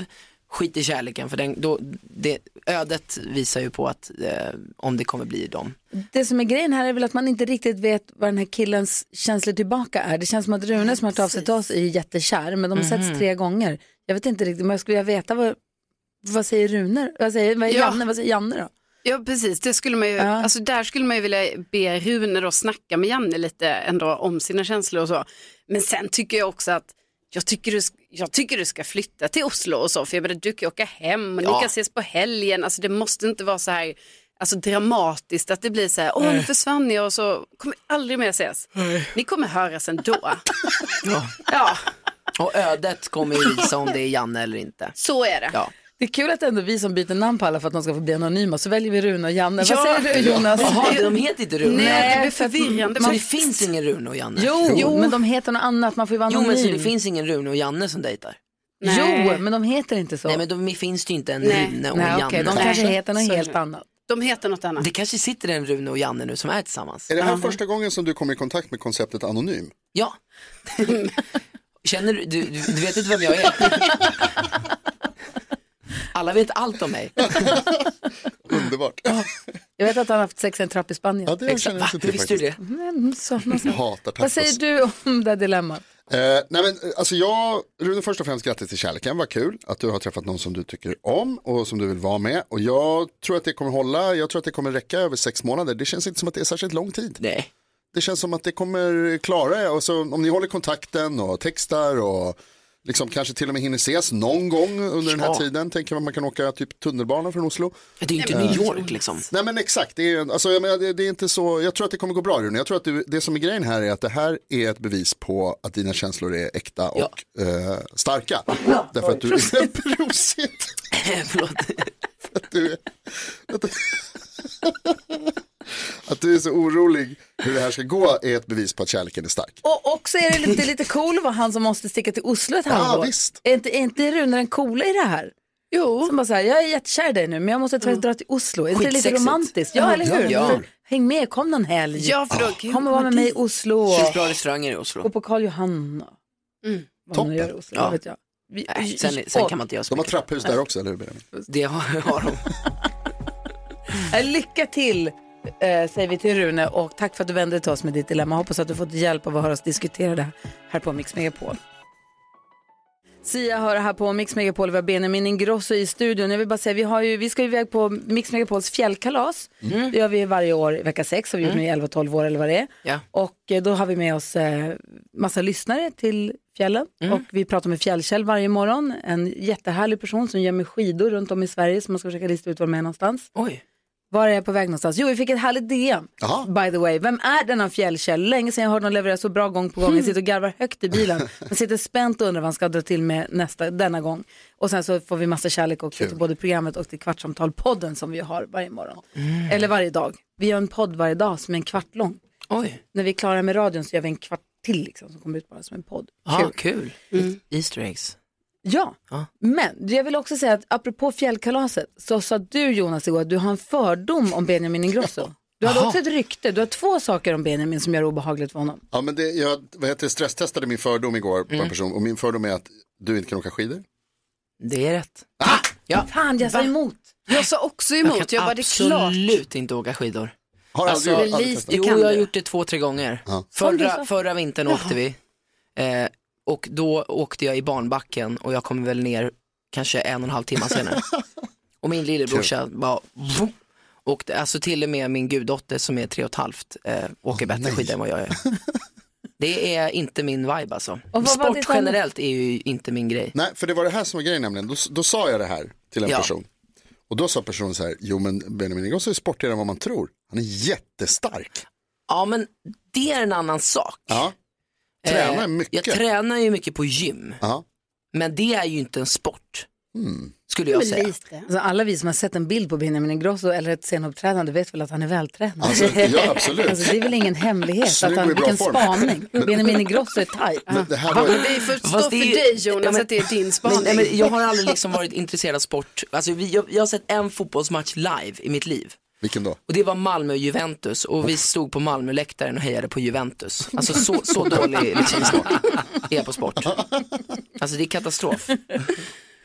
skit i kärleken, för den, då, det, ödet visar ju på att eh, om det kommer bli dem. Det som är grejen här är väl att man inte riktigt vet vad den här killens känslor tillbaka är. Det känns som att Rune som har tagit av sig till oss är jättekär, men de mm-hmm. sätts tre gånger. Jag vet inte riktigt, men jag skulle vilja veta vad, vad säger Rune? Vad säger, vad är ja. Janne? Vad säger Janne då? Ja, precis. Det skulle man ju, ja. alltså där skulle man ju vilja be Rune då snacka med Janne lite ändå om sina känslor och så. Men sen tycker jag också att jag tycker du, jag tycker du ska flytta till Oslo och så. För jag menar, du kan åka hem och ja. ni kan ses på helgen. Alltså det måste inte vara så här alltså, dramatiskt att det blir så här, åh nu försvann jag och så kommer aldrig mer ses. Nej. Ni kommer höras ändå. ja. ja. Och ödet kommer ju visa om det är Janne eller inte. Så är det. Ja. Det är kul att ändå vi som byter namn på alla för att de ska få bli anonyma. Så väljer vi Rune och Janne. Ja. Vad säger du, Jonas? Jaha, de heter inte Rune. Nej, det blir förvirrande. Så det finns ingen Rune och Janne? Jo, jo, men de heter något annat. Man får ju vara anonym. Jo, men så det finns ingen Rune och Janne som dejtar? Nej. Jo, men de heter inte så. Nej, men de finns det ju inte en Nej. Rune och Nej, Janne. Okay. De kanske heter något så helt annat. De heter något annat. Det kanske sitter en Rune och Janne nu som är tillsammans. Är det här uh-huh. första gången som du kommer i kontakt med konceptet anonym? Ja. Känner du, du, du vet inte vem jag är. Alla vet allt om mig. Underbart. Jag vet att han har haft sex i en trapp i Spanien. Ja, det känner jag inte till. Visste du det? Mm, så, så. Hatar Vad säger du om det dilemmat? Eh, nej men alltså jag, Rune, först och främst grattis till kärleken, vad kul att du har träffat någon som du tycker om och som du vill vara med. Och jag tror att det kommer hålla, jag tror att det kommer räcka över sex månader. Det känns inte som att det är särskilt lång tid. Nej. Det känns som att det kommer klara er. Och så, om ni håller kontakten och textar och liksom kanske till och med hinner ses någon gång under ja. den här tiden. Tänker man man kan åka typ tunnelbana från Oslo. Det är ju inte uh, New York liksom. Nej men exakt, det är, alltså, jag, menar, det, det är inte så, jag tror att det kommer gå bra Rune. Jag tror att du, det som är grejen här är att det här är ett bevis på att dina känslor är äkta och ja. eh, starka. Ja. Därför att du är prosit. Förlåt. att du är att, att du är så orolig hur det här ska gå är ett bevis på att kärleken är stark. Och också är det lite, lite cool att vara han som måste sticka till Oslo ett halvår. Ja, visst. Är inte, är inte Rune den coola i det här? Jo. Som bara så här, jag är jättekär i dig nu men jag måste mm. dra till Oslo. Är inte det lite romantiskt? Ja, ja eller hur? Ja. För, häng med, kom någon helg. Ja, för då, kom och vara med mig i Oslo. Det finns bra restauranger i Oslo. Gå på Karl Johanna. Mm. Toppen. Gör i Oslo, ja. vet jag. Vi, Nej, sen, sen kan man inte göra så de har mycket. trapphus där också, eller hur? Det har, har de. Lycka till, eh, säger vi till Rune. Och tack för att du vände dig till oss med ditt dilemma. Hoppas att du fått hjälp av att höra oss diskutera det här på Mix Megapol. Sia hör här på Mix Megapol. Vi har Benjamin Ingrosso i studion. Jag vill bara säga, vi, har ju, vi ska ju iväg på Mix Megapols fjällkalas. Mm. Det gör vi varje år i vecka sex. Och vi har gjort mm. nu i elva tolv år eller vad det är. Ja. Och eh, då har vi med oss eh, massa lyssnare till fjällen. Mm. Och vi pratar med Fjällkäll varje morgon. En jättehärlig person som gör med skidor runt om i Sverige. Som man ska försöka lista ut var med någonstans. Oj. Var är jag på väg någonstans? Jo, vi fick ett härligt D M. Aha. By the way. Vem är denna Fjällkäll? Länge sedan jag hörde någon leverera så bra gång på gång. Jag sitter och garvar högt i bilen. Man sitter spänt och undrar vad han ska dra till med nästa, denna gång. Och sen så får vi massa kärlek också till både programmet och till Kvartsamtal-podden som vi har varje morgon. Mm. Eller varje dag. Vi gör en podd varje dag som är en kvart lång. Oj. När vi är klara med radion så gör vi en kvart till liksom, som kommer ut bara som en podd. Ja, ah, kul. Mm. Easter eggs. Ja, ah. Men jag vill också säga att apropå fjällkalaset så sa du Jonas igår att du har en fördom om Benjamin Ingrosso. Du hade också ett rykte, du har två saker om Benjamin som gör obehagligt för honom. Ja men det, jag vad heter, stresstestade min fördom igår på mm. en person och min fördom är att du inte kan åka skidor. Det är rätt. Ah! Ja. Fan, jag sa emot. Jag sa också emot, jag, jag bara det är klart. absolut inte åka skidor. Har alltså, aldrig, aldrig lite, jo, jag har gjort det två, tre gånger. Ja. Förra, förra vintern Jaha. åkte vi. Eh, och då åkte jag i barnbacken och jag kom väl ner kanske en och en halv timme senare. Och min lillebrorsa bara... Och det, alltså till och med min guddotter som är tre och ett halvt eh, åker oh, bättre nej. skidor än vad jag är. Det är inte min vibe alltså. Sport generellt är ju inte min grej. Nej, för det var det här som var grejen nämligen. Då, då sa jag det här till en ja. person. Och då sa personen så här, jo men Benjamin Ingrosso är sportigare än vad man tror. Han är jättestark. Ja, men det är en annan sak. Ja, tränar mycket. Jag tränar ju mycket på gym. Ja. Men det är ju inte en sport. Mm. Skulle jag säga. Alltså, alla vi som har sett en bild på Benjamin Ingrosso eller ett scenuppträdande vet väl att han är vältränad. Alltså, ja, absolut. Alltså, det är väl ingen hemlighet att han, vilken form. Spaning. Benjamin Ingrosso är tajt. Men det, här var... det är för, stå för dig Jonas ja, men, att det är din spaning. Men, men, jag har aldrig liksom varit intresserad av sport. Alltså, vi, jag, jag har sett en fotbollsmatch live i mitt liv. Vilken då? Och det var Malmö och Juventus. Och vi stod på Malmö-läktaren och hejade på Juventus. Alltså så, så dålig liksom, är jag på sport. Alltså det är katastrof.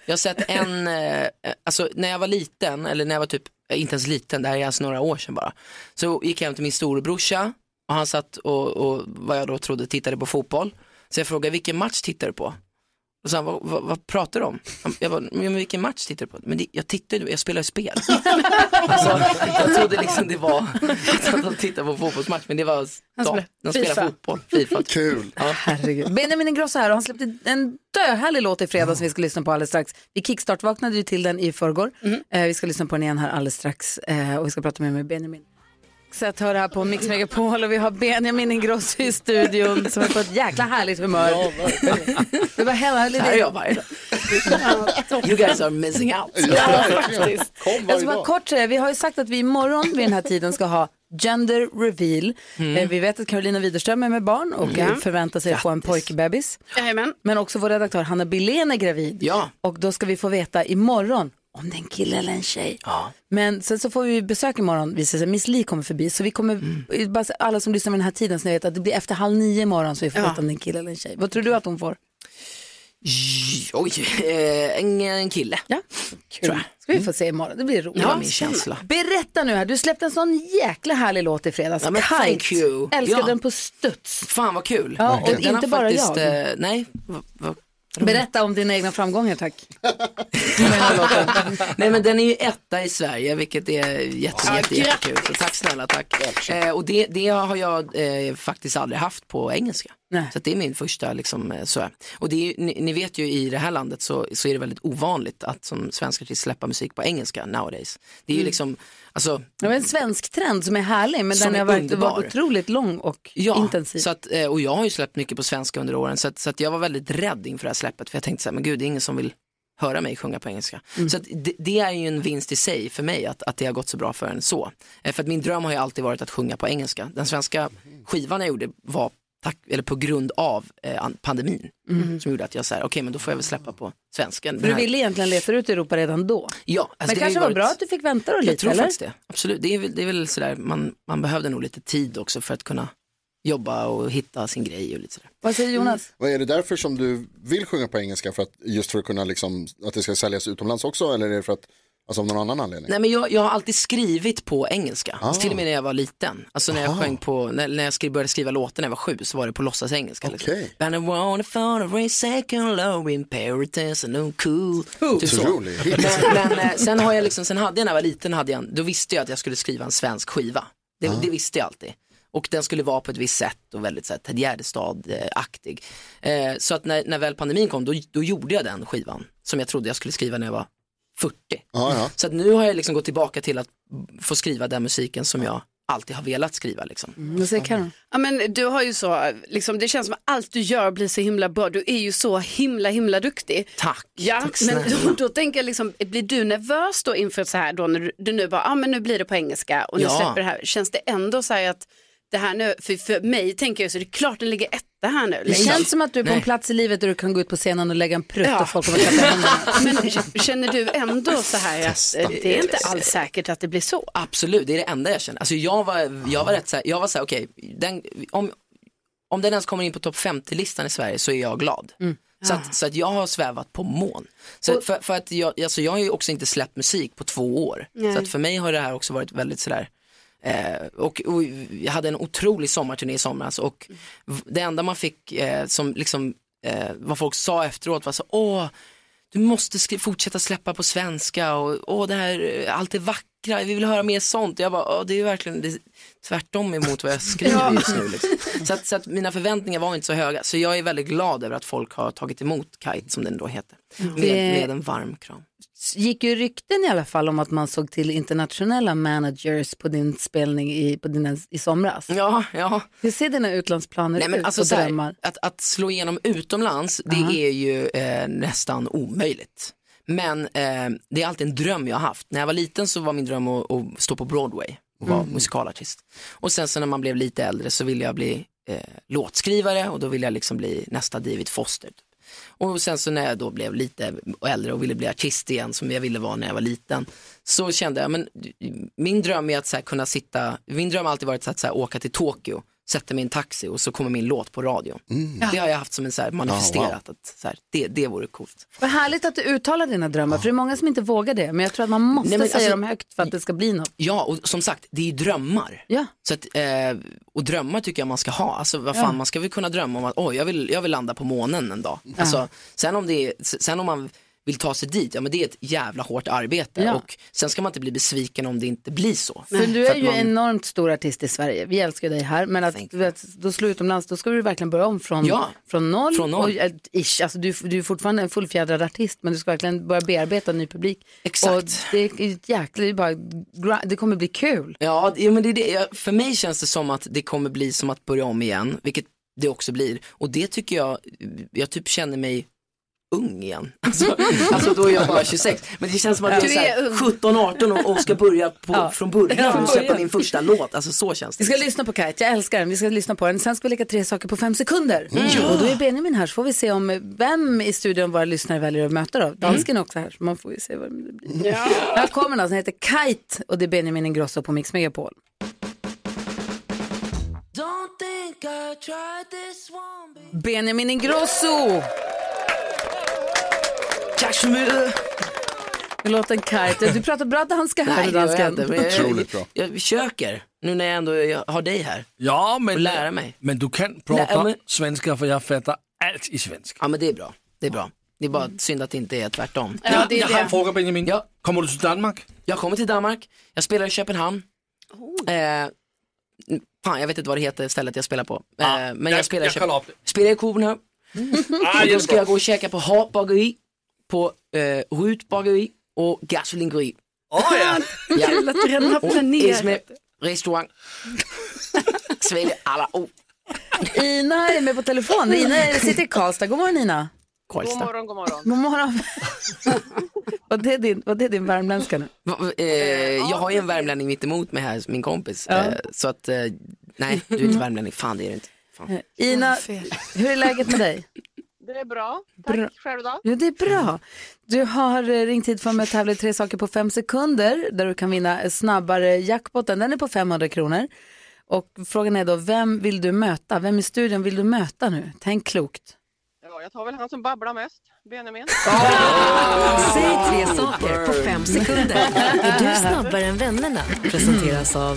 Jag har sett en, eh, alltså när jag var liten, eller när jag var typ, inte ens liten, det här är alltså några år sedan bara. Så gick jag hem till min storebrorsa och han satt och, och vad jag då trodde tittade på fotboll. Så jag frågade, vilken match tittar du på? Och så han, vad, vad, vad pratar du om? Jag bara, men vilken match tittar du på? Men det, jag tittar ju, jag spelar ju spel. Alltså, jag trodde liksom det var att de tittar på fotbollsmatch, men det var då, de spelar fotboll. FIFA. Kul. Ja. Herregud. Benjamin Ingrosso här och han släppte en döhärlig låt i fredags som vi ska lyssna på alldeles strax. Vi kickstart-vaknade ju till den i förrgår. Mm. Eh, vi ska lyssna på den igen här alldeles strax eh, och vi ska prata med, med Benjamin. Så att höra här på Mix Megapol och vi har Benjamin Ingrosso i studion som är på ett jäkla härligt humör. Ja, det var härligt. Här är jag varje dag. You guys are missing out. Ja, faktiskt. Jag ska bara kort säga, vi har ju sagt att vi imorgon vid den här tiden ska ha gender reveal. Mm. Vi vet att Carolina Widerström är med barn och mm. förväntar sig att få en pojkbebis. Jajamän. Men också vår redaktör Hanna Billén är gravid. Ja. Och då ska vi få veta imorgon om det är en kille eller en tjej. Ja. Men sen så får vi besök imorgon. Visar sig Miss Li kommer förbi. Så vi kommer, mm. bara alla som lyssnar med den här tiden, så ni vet att det blir efter halv nio imorgon så vi får ja. veta om det är en kille eller en tjej. Vad tror du att hon får? Oj, eh, en, en kille. Ja, kul. Tror jag. Ska vi få se imorgon, det blir roligt. Ja, min känsla. Berätta nu här, du släppte en sån jäkla härlig låt i fredags. Ja, men thank you. Älskade ja. den på studs. Fan vad kul. Ja, och den inte bara faktiskt, jag. Eh, nej, v- v- Berätta om dina egna framgångar, tack. Nej, men den är ju etta i Sverige, vilket är jätte, ja, jätte, jättekul. Så tack snälla, tack. Eh, och det, det har jag eh, faktiskt aldrig haft på engelska. Nej. Så det är min första liksom, så. Och det är ju, ni, ni vet ju i det här landet så, så är det väldigt ovanligt att som svensk artist släppa musik på engelska nowadays. Det är ju mm. liksom, alltså. Det var en svensk trend som är härlig, men den har varit, varit otroligt lång och ja, intensiv. Så att, och jag har ju släppt mycket på svenska under åren, så att, så att jag var väldigt rädd inför det här släppet, för jag tänkte så här, men gud, det är ingen som vill höra mig sjunga på engelska. Mm. Så att det, det är ju en vinst i sig för mig att, att det har gått så bra för en så. För att min dröm har ju alltid varit att sjunga på engelska. Den svenska skivan jag gjorde var tack, eller på grund av eh, pandemin mm. som gjorde att jag sa, okej, okay, men då får jag väl släppa på svenskan. För du ville egentligen leta ut i Europa redan då? Ja. Alltså men det kanske var varit... bra att du fick vänta då lite, jag tror eller? faktiskt det. Absolut, det är väl, det är väl sådär, man, man behövde nog lite tid också för att kunna jobba och hitta sin grej och lite sådär. Vad säger Jonas? Mm. Vad är det därför som du vill sjunga på engelska, för att just för att kunna liksom, att det ska säljas utomlands också, eller är det för att, alltså av någon annan anledning? Nej, men jag, jag har alltid skrivit på engelska, ah. till och med när jag var liten. Alltså när jag ah. sjöng på, när, när jag skrev, började skriva låten när jag var sju, så var det på låtsas engelska. Okay. Liksom. And I wanna find a race second low in paradise and no cool. Typ så. så. Men, men sen har jag liksom, sen hade jag när jag var liten, hade jag, då visste jag att jag skulle skriva en svensk skiva. Det, ah. det visste jag alltid. Och den skulle vara på ett visst sätt och väldigt så här, Ted Gärdestad-aktig. Eh, så att när, när väl pandemin kom, då, då gjorde jag den skivan som jag trodde jag skulle skriva när jag var fyrtio. Ah, ja. Så att nu har jag liksom gått tillbaka till att få skriva den musiken som jag alltid har velat skriva. Liksom. Mm, vad säger Karin? Ja, men du har ju så, liksom, det känns som att allt du gör blir så himla bra. Du är ju så himla, himla duktig. Tack. Ja, tack men då, då tänker jag liksom, blir du nervös då inför så här då när du, du nu bara, ja ah, men nu blir det på engelska och nu ja. släpper det här. Känns det ändå så här att det här nu, för, för mig tänker jag så det är klart det ligger etta här nu. Det liksom. Känns som att du är på Nej. en plats i livet där du kan gå ut på scenen och lägga en prutt ja. och folk kommer att klappa händerna. Men känner du ändå så här att det är inte alls säkert att det blir så? Absolut, det är det enda jag känner. Alltså jag var, jag var rätt så här, jag var så här, okej, okay, om, om den ens kommer in på topp femtio-listan i Sverige så är jag glad. Mm. Så, att, så att jag har svävat på mån. Så för, för att jag, alltså jag har ju också inte släppt musik på två år. Nej. Så att för mig har det här också varit väldigt sådär. Eh, och, och jag hade en otrolig sommarturné i somras och mm. det enda man fick eh, som liksom eh, vad folk sa efteråt var så, åh, du måste skri- fortsätta släppa på svenska och åh, det här, allt det vackra, vi vill höra mer sånt. Och jag bara, åh, det är ju verkligen det är tvärtom emot vad jag skriver ja. just nu liksom. så, att, så att mina förväntningar var inte så höga, så jag är väldigt glad över att folk har tagit emot Kite, som den då heter, mm. med, med en varm kram. Gick ju rykten i alla fall om att man såg till internationella managers på din spelning i, på dina, i somras. Ja, ja. Hur ser dina utlandsplaner Nej, men ut alltså, och här, drömmar? att, att slå igenom utomlands, det uh-huh. är ju eh, nästan omöjligt. Men eh, det är alltid en dröm jag har haft. När jag var liten så var min dröm att, att stå på Broadway och vara mm. musikalartist. Och sen så när man blev lite äldre så ville jag bli eh, låtskrivare och då ville jag liksom bli nästa David Foster. Och sen så när jag då blev lite äldre och ville bli artist igen som jag ville vara när jag var liten, så kände jag, men min dröm är att så här kunna sitta, min dröm har alltid varit att så här åka till Tokyo, sätter mig i en taxi och så kommer min låt på radion. Mm. Det har jag haft som en så här manifesterat, oh, wow. att så här, det, det vore coolt. Vad härligt att du uttalar dina drömmar, för det är många som inte vågar det. Men jag tror att man måste Nej, men säga alltså, dem högt för att det ska bli något. Ja, och som sagt, det är ju drömmar. Ja. Så att, eh, och drömmar tycker jag man ska ha. Alltså vad fan, Ja. man ska väl kunna drömma om att oj, jag vill, jag vill landa på månen en dag. Ja. Alltså, sen, om det är, sen om man vill ta sig dit, ja men det är ett jävla hårt arbete. Ja. Och sen ska man inte bli besviken om det inte blir så. För du För är att ju man- enormt stor artist i Sverige. Vi älskar dig här. Men att du vet, då slår utomlands, då ska du verkligen börja om från, Ja. från noll. Från noll. Och, eh, ish, alltså, du, du är fortfarande en fullfjädrad artist, men du ska verkligen börja bearbeta en ny publik. Exakt. Och det är ett jäkla, det, är bara, gra- det kommer bli kul. Ja, det- men det är det. Jag- För mig känns det som att det kommer bli som att börja om igen, vilket det också blir. Och det tycker jag, jag typ känner mig ung igen. Alltså, alltså då är jag bara tjugosex. Men det känns som att jag är, Du så är här ung. sjutton arton och, och ska börja på, Ja. från början Ja. och släppa min första låt. Alltså så känns det. Vi ska lyssna på Kite, jag älskar den. Vi ska lyssna på den. Sen ska vi leka tre saker på fem sekunder. Mm. Och då är Benjamin här, så får vi se om vem i studion våra lyssnare väljer att möta då. Dansken är också här, så man får ju se vad det blir. Ja. Här kommer någon som heter Kite och det är Benjamin Ingrosso på Mix Megapol. Benjamin Ingrosso! Tack så mycket! Det låter en Kite. Du pratar bra danska här, Nej, det gör jag dansken. inte. Men jag, Otroligt bra. jag, jag försöker, nu när jag ändå jag har dig här. Ja, men, Och lära mig. men du kan prata Nej, men- svenska för jag fattar allt i svenska. Ja men det är bra, det är bra. Det är bara synd att det inte är tvärtom. Ja, det är jag har en det. fråga, Benjamin. Ja. Kommer du till Danmark? Jag kommer till Danmark, jag spelar i Köpenhamn. Oh. Eh, fan, jag vet inte vad det heter stället jag spelar på. Eh, Ah, men jag, jag- spelar, i jag Köp- kollar upp det. spelar i Copenhagen. Ah, Och då ska jättebra. jag gå och käka på Hartbageri, på eh, Rutbageri och Gasolingeri. Åh ja. Ja. Kul att du redan har Och planerat. Esme restaurang. Sväljer alla ord. Ina är med på telefon. Ina sitter i Karlstad. God morgon, Ina. God morgon, god morgon. God morgon. Var det din, var det din värmländska nu? Va- eh, jag har ju en värmlänning mitt emot mig här, min kompis. Ja. Eh, så att, eh, nej, du är inte värmlänning. Fan, det är du inte. Fan. Ina, hur är läget med dig? Det är bra. Tack. Bra. Själv då? Jo, det är bra. Du har eh, ringt hit för mig att tävla i tre saker på fem sekunder där du kan vinna snabbare jackpotten. Den är på femhundra kronor. Och frågan är då, vem vill du möta? Vem i studion vill du möta nu? Tänk klokt. Ja, jag tar väl han som babblar mest, Benjamin. Säg tre saker på fem sekunder. Är du snabbare än vännerna? Presenteras av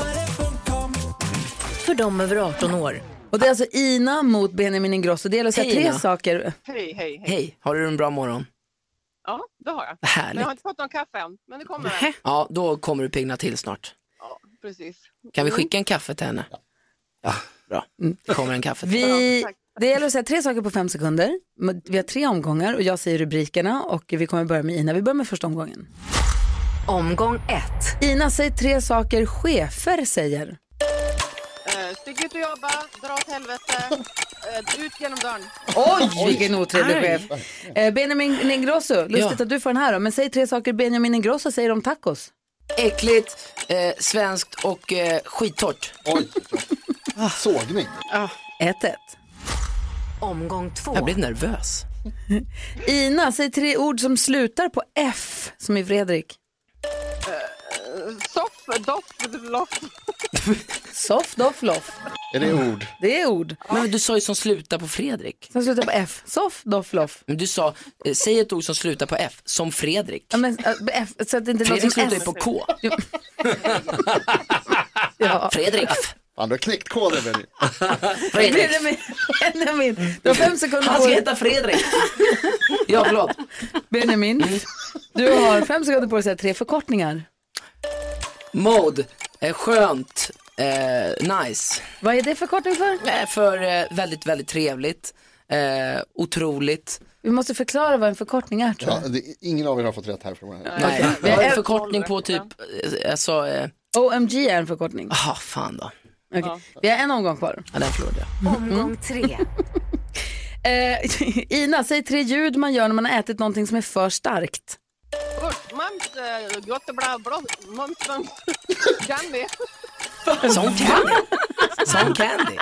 för dem över arton år. Och det är alltså Ina mot Benjamin Ingrosso. Det gäller att säga Hej, tre Ina. saker. Hej, hej, hej. Hej, har du en bra morgon? Ja, det har jag. Vad härligt. Men jag har inte fått någon kaffe än, men det kommer väl. Ja, då kommer du pigna till snart. Ja, precis. Kan vi skicka en kaffe till henne? Ja, bra. Det kommer en kaffe till. Vi, tack. det gäller att säga tre saker på fem sekunder. Vi har tre omgångar och jag säger rubrikerna och vi kommer börja med Ina. Vi börjar med första omgången. Omgång ett. Ina, säger tre saker chefer säger. Uh, stick ut och jobba, dra åt helvete, uh, ut genom dörren. Oj, vilken otrevlig Aj. chef. Eh, Benjamin Ingrosso, lustigt Ja. att du får den här då. Men säg tre saker Benjamin Ingrosso säger om tacos. Äckligt, eh, svenskt och eh, skittorrt. Oj, sågning. ett ett. Omgång två. Jag blir nervös. Ina, säg tre ord som slutar på F, som i Fredrik. Uh, soff, doff, loff. Soft, doff, loff. Är det ord? Det är ord. Men du sa ju som slutar på Fredrik. Som slutar på F. Soft, doff, loff. Men du sa, eh, säg ett ord som slutar på F, som Fredrik. Ja, men, äh, F, så att det inte Fredrik låter som slutar ju S. på K. Ja. Fredrik. Fan, du har knäckt koden, Benny. Fredrik. Benjamin, Benjamin, du har fem sekunder Han på ska dig. heta Fredrik. Ja, förlåt. Benjamin, du har fem sekunder på dig att säga tre förkortningar. Mode, eh, skönt, eh, nice. Vad är det förkortning för? Eh, för eh, väldigt, väldigt trevligt, eh, otroligt. Vi måste förklara vad en förkortning är, tror Ja, jag. det, ingen av er har fått rätt här. Från Nej, Okej. jag har en Eh, förkortning på typ, eh, alltså, eh, O M G är en förkortning. aha, fan då. Okay. Vi har en omgång kvar. Ja, den förlorade jag. Omgång tre. Eh, Ina, säg tre ljud man gör när man har ätit någonting som är för starkt. Usch, mums, uh, gott bla bla, mums, mums, candy. Som candy. Som candy.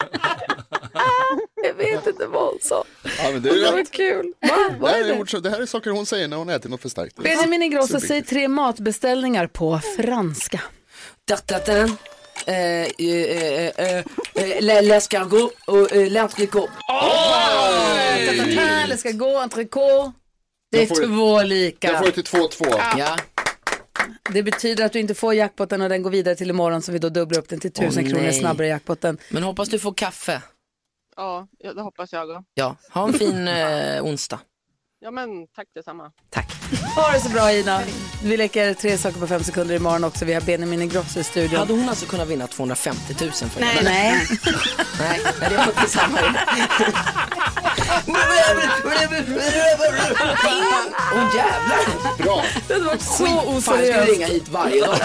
Jag vet inte vad hon sa. Ja, men det, Det är var rätt. kul. Va? Det, Vad här är är det? ord, så- det här är saker hon säger när hon äter något för starkt. Benjamin Ingrosso, Så säg tre matbeställningar på franska. Tartatin, eh, eh, eh, eh, l'escargot och eh, l'entricot. L'escargot, entrecote. Det är två lika. Jag får det till två två. Ja. Det betyder att du inte får jackpotten och den går vidare till imorgon, så vi då dubblar upp den till tusen Åh, kronor nej. snabbare jackpotten. Men hoppas du får kaffe. Ja, ja, det hoppas jag också. Ja, ha en fin eh, onsdag. Ja, men tack detsamma. Ha det så bra, Ina. Vi leker tre saker på fem sekunder imorgon också. Vi har Benjamin Ingrosso i studion. Hade hon alltså kunnat vinna tvåhundrafemtio tusen för det? Nej. Nej. Nej, det var inte samma. Åh oh, jävlar. Bra. Det hade varit så Fan, ska oseriöst. ringa hit varje dag.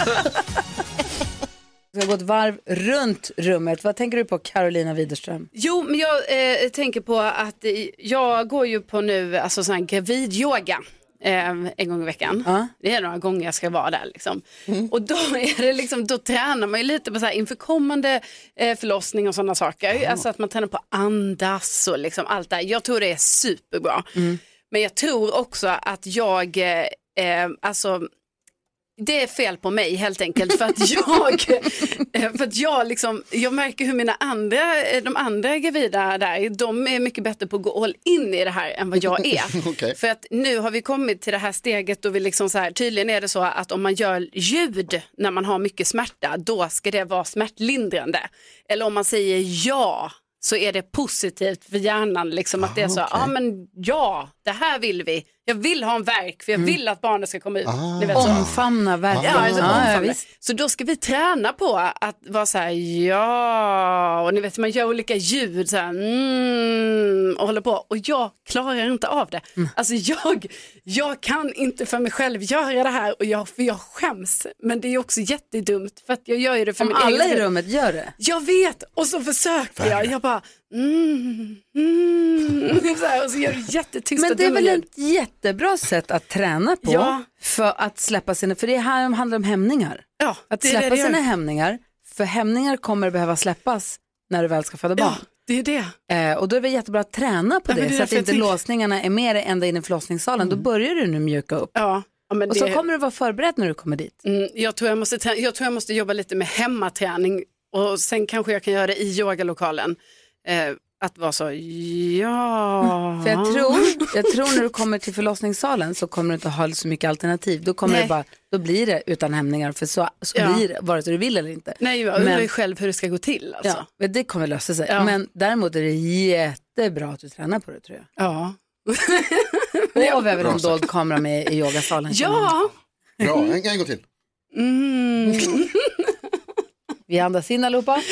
Vi har gått varv runt rummet. Vad tänker du på, Carolina Widerström? Jo, men jag eh, tänker på att eh, jag går ju på nu alltså sån här gravidyoga eh, en gång i veckan. Ja. Det är några gånger jag ska vara där liksom. Mm. Och då är det liksom, då tränar man ju lite på så här inför kommande eh, förlossning och sådana saker. Ja. Alltså att man tränar på andas och liksom allt det här. Jag tror det är superbra. Mm. Men jag tror också att jag, eh, alltså det är fel på mig helt enkelt för att jag för att jag liksom jag märker hur mina andra de andra gravida där, de är mycket bättre på att gå all in i det här än vad jag är. Okay. För att nu har vi kommit till det här steget då vi liksom så här, tydligen är det så att om man gör ljud när man har mycket smärta, då ska det vara smärtlindrande. Eller om man säger ja, så är det positivt för hjärnan liksom, att det är så, ja ah, men ja, det här vill vi. Jag vill ha en verk för jag vill att barnet ska komma ut. Ah. Ni vet så. Omfamna verkligen. Ja, alltså, ah, omfamna. ja, Så då ska vi träna på att vara så här, ja, och ni vet man gör olika ljud så här, mm, och håller på. Och jag klarar inte av det. Mm. Alltså jag, jag kan inte för mig själv göra det här och jag, för jag skäms. Men det är också jättedumt för att jag gör ju det för Om min alla egen i rummet gör det. Jag vet, och så försöker jag. Jag bara, mm, mm, så här, och så gör det jättetyst. Men det är väl ett jättebra sätt att träna på, ja. För att släppa sina, för det här handlar om hämningar. Ja, att släppa det det sina hämningar, för hämningar kommer behöva släppas när du väl ska föda barn. Ja, det är det. Eh, och då är det jättebra att träna på ja, det, det så att inte låsningarna är mer ända in i förlossningssalen. Mm. Då börjar du nu mjuka upp. Ja. Ja, men och det... så kommer du vara förberedd när du kommer dit. Mm, jag, tror jag, måste trä- jag tror jag måste jobba lite med hemmaträning och sen kanske jag kan göra det i yogalokalen. Eh, att vara så, ja. Mm. För jag tror, jag tror när du kommer till förlossningssalen så kommer du inte ha så mycket alternativ. Då kommer det bara, då blir det utan hämningar, för så, så ja. Blir det, vare sig du vill eller inte. Nej, jag undrar ju själv hur det ska gå till. Alltså. Ja, det kommer lösa sig. Ja. Men däremot är det jättebra att du tränar på det, tror jag. Ja. Och vi har väl en dold kamera med i yogasalen. Ja. Bra, en, en gång till. Mm. Vi andas in allihopa.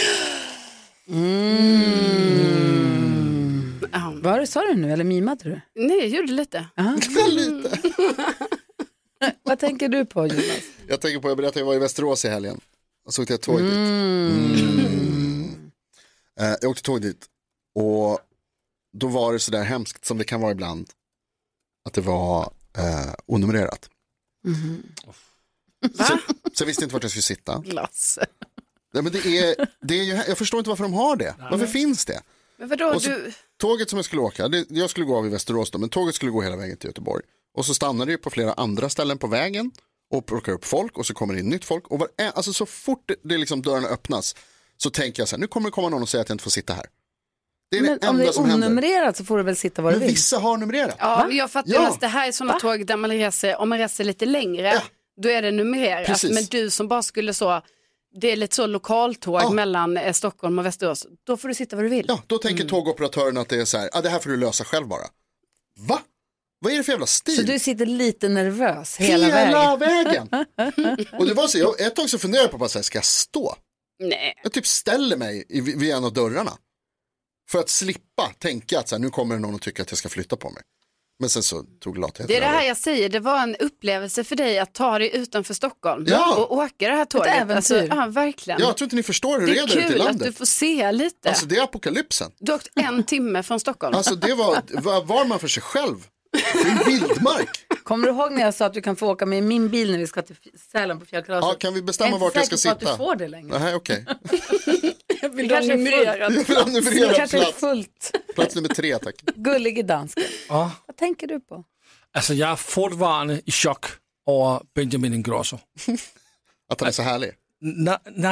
Mm. Mm. Vad sa du nu, eller mimade du? Nej, jag gjorde lite. lite. Vad tänker du på, Jonas? Jag tänker på, jag berättade att jag var i Västerås i helgen. Och så åkte jag tåg dit. Mm. Mm. Uh, jag åkte tåg dit. Och då var det så där hemskt som det kan vara ibland. Att det var uh, onumrerat. Mm. Så, så jag visste inte vart jag skulle sitta. Lasse. Nej, men det är, det är ju, jag förstår inte varför de har det. Varför Nej. finns det? Men vadå, så, du... Tåget som jag skulle åka, det, jag skulle gå av i Västerås då, men tåget skulle gå hela vägen till Göteborg. Och så stannade det på flera andra ställen på vägen och plockar upp folk och så kommer det in nytt folk. Och var, alltså så fort det, det liksom dörrarna öppnas så tänker jag så här, nu kommer det komma någon och säga att jag inte får sitta här. Det är men det om enda det är som händer. onumrerat så får du väl sitta var du men vill. Vissa har numrerat. Ja, Va? jag fattar ja. att det här är sådana Va? tåg där man reser, om man reser lite längre, ja. Då är det numrerat. Precis. Men du som bara skulle så, det är lite så lokaltåg ja. mellan eh, Stockholm och Västerås, då får du sitta var du vill. Ja, då tänker mm. tågoperatören att det är så här, ah, det här får du lösa själv bara. Va? Vad är det för jävla stil? Så du sitter lite nervös hela, hela vägen? vägen. Och det var så, jag, ett tag så funderade jag på att säga, ska jag stå? Nej. Jag typ ställer mig i, vid en av dörrarna. För att slippa tänka att så här, nu kommer det någon och tycker att jag ska flytta på mig. Men sen så tog latheten. Det är det här jag säger, det var en upplevelse för dig att ta dig utanför Stockholm ja. och åka det här tåget. Ett äventyr. Alltså, ja, verkligen. Ja, jag tror inte ni förstår hur det är där ute i landet. Det är kul att du får se lite. Alltså det är apokalypsen. Du har åkt en timme från Stockholm. Alltså det var, var, var man för sig själv. Det är en vildmark. Kommer du ihåg när jag sa att du kan få åka med min bil när vi ska till Sälen på fjällkalaset? Ja, kan vi bestämma vart jag ska sitta? Jag är inte säker på att du får det längre. Nej, okej. Jag vill ha numrerat. Jag vill ha numrerat kanske är plats. fullt. Plats nummer tre, tack. Gullig dansk. Ja. Vad tänker du på? Alltså jag är fortfarande i chock över Benjamin Ingrosso. Att han är så härlig? Nej, nej.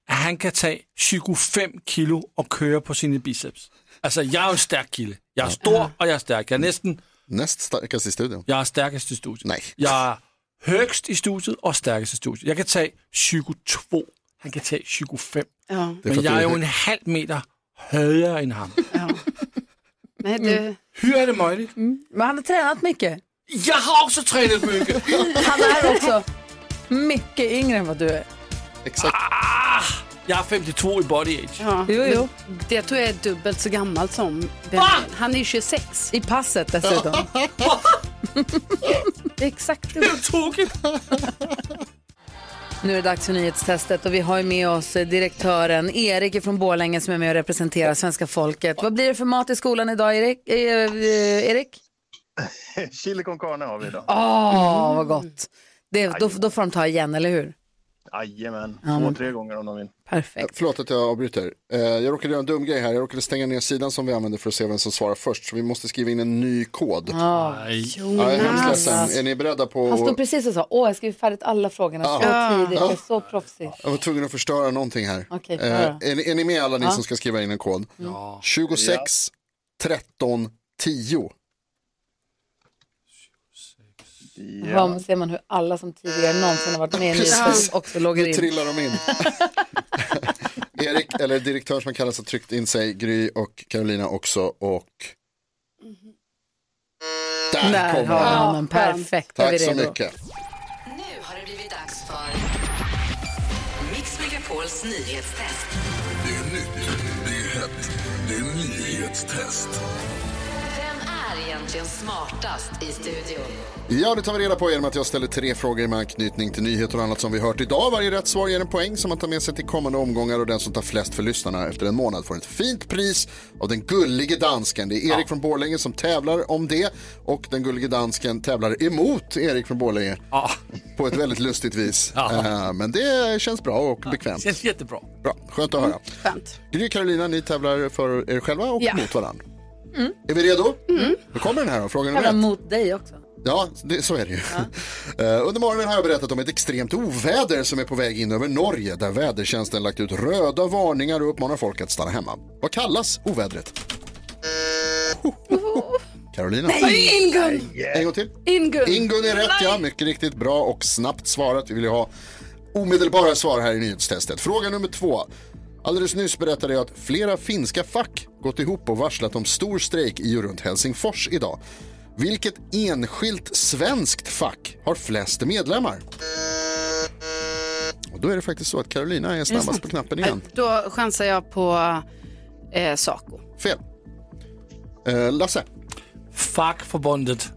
att han kan ta tjugofem kilo och köra på sina biceps. Alltså jag är en stark kille. Jag är stor och jag är stark. Jag är nästan... Näst starkast i studion. Jag är starkast i studion. Nej. Jag är högst i studion och starkast i studion. Jag kan ta tjugotvå. Han kan ta tjugofem. Ja. Men jag är ju en halv meter högre än han. Ja. Nej, det... mm. Hur är det möjligt? Mm. Men han har tränat mycket. Jag har också tränat mycket. Han är också mycket yngre än vad du är. Exakt. Ah, jag är femtiotvå i body age. Ja. Jo, jo. Det tror jag är dubbelt så gammalt som den. Han är tjugosex. I passet dessutom. Det är exakt det. Det är tråkigt. Nu är det dags för nyhetstestet och vi har ju med oss direktören Erik från Borlänge som är med och representerar svenska folket. Vad blir det för mat i skolan idag, Erik? Eh, Erik? Chili con carne har vi idag. Åh, oh, vad gott. Det, då, då får de ta igen, eller hur? Jajamän, Ja, två, men... tre gånger om de vill. Perfekt. Förlåt att jag avbryter. Eh, jag råkade göra en dum grej här. Jag råkade stänga ner sidan som vi använder för att se vem som svarar först. Så vi måste skriva in en ny kod. Oh, ja, jag är hemskt ledsen. Är ni beredda på... Han stod precis och sa, åh jag skriver färdigt alla frågorna så ja. tidigt, det är så proffsigt. Jag var tvungen att förstöra någonting här. Okay, eh, är, ni, är ni med alla ni ja. som ska skriva in en kod? Ja. tjugosex tretton tio. Ja. Vad ser man hur alla som tidigare någonsin har varit med i nyheten också loggar in. Nu trillar de in. Erik, eller direktör som kallas, har tryckt in sig. Gry och Carolina också. Och där, där kommer har han honom. Perfekt. Tack så mycket. Nu har det blivit dags för Mix Megapols nyhetstest. Det är nytt, det är hett, det är nyhetstest. Vem är egentligen smartast i studion? Ja, det tar vi reda på genom att jag ställer tre frågor med anknytning till nyheter och annat som vi hört idag. Varje rätt svar ger en poäng som man tar med sig till kommande omgångar och den som tar flest för lyssnarna efter en månad får ett fint pris av den gullige dansken. Det är Erik ja. från Borlänge som tävlar om det och den gullige dansken tävlar emot Erik från Borlänge ja. på ett väldigt lustigt vis. Ja. Uh, men det känns bra och ja, bekvämt. Det känns jättebra. Bra, skönt att höra. Skönt. Gry och Carolina, ni tävlar för er själva och ja. mot varandra. Mm. Är vi redo? Mm. Då kommer den här då, frågan nummer ett. Mot dig också. Ja, det, så är det ju. Ja. uh, under morgonen har jag berättat om ett extremt oväder som är på väg in över Norge där vädertjänsten lagt ut röda varningar och uppmanar folk att stanna hemma. Vad kallas ovädret? Oh, oh, oh. Carolina. Nej, Ingun. En gång till. Ingun. Ingun är rätt, Nej. ja. Mycket riktigt bra och snabbt svarat. Vi vill ju ha omedelbara svar här i nyhetstestet. Fråga nummer två. Alldeles nyss berättade jag att flera finska fack gått ihop och varslat om stor strejk i och runt Helsingfors idag. Vilket enskilt svenskt fack har flest medlemmar? Och då är det faktiskt så att Carolina är snabbast på knappen igen. Då chansar jag på eh, Saco. Fel. Eh, Lasse. Fackförbundet.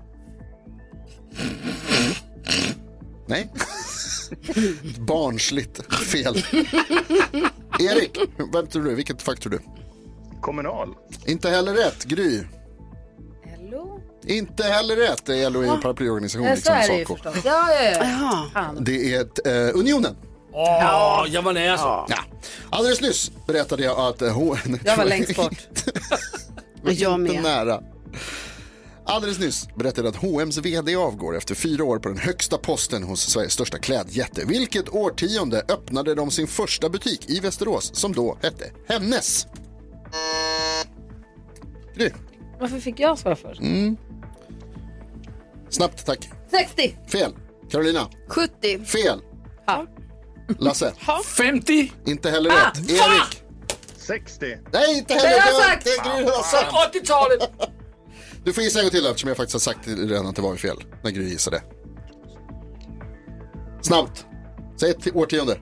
Nej. Barnsligt. Fel. Erik, vem tror du? Vilket fack tror du? Kommunal. Inte heller rätt. Gry. L O? Inte heller rätt. L O är en paraplyorganisation ja, liksom så är det Saco. förstås. Ja, ja, ja. ja. Det är ett, eh, Unionen. Åh, oh, jag var nära så. Ja. Alldeles nyss berättade jag att eh, hon... Jag var längst bort. Jag med. Nära. Alldeles nyss berättade att H och M's vd avgår efter fyra år på den högsta posten hos Sveriges största klädjätte. Vilket årtionde öppnade de sin första butik i Västerås som då hette Hennes? Gry. Varför fick jag svara först? Mm. Snabbt, tack. sextio. Fel. Carolina. sjuttio. Fel. Ha. Lasse. Ha. femtio. Inte heller ah, rätt. Erik. sextio. Nej, inte heller rätt. rätt. Det har jag sagt. Det är Gry har sagt. åttiotalet. Du får gissa en gång till eftersom jag faktiskt har sagt redan att det var fel när Gry gissade. Snabbt. Säg ett årtionde.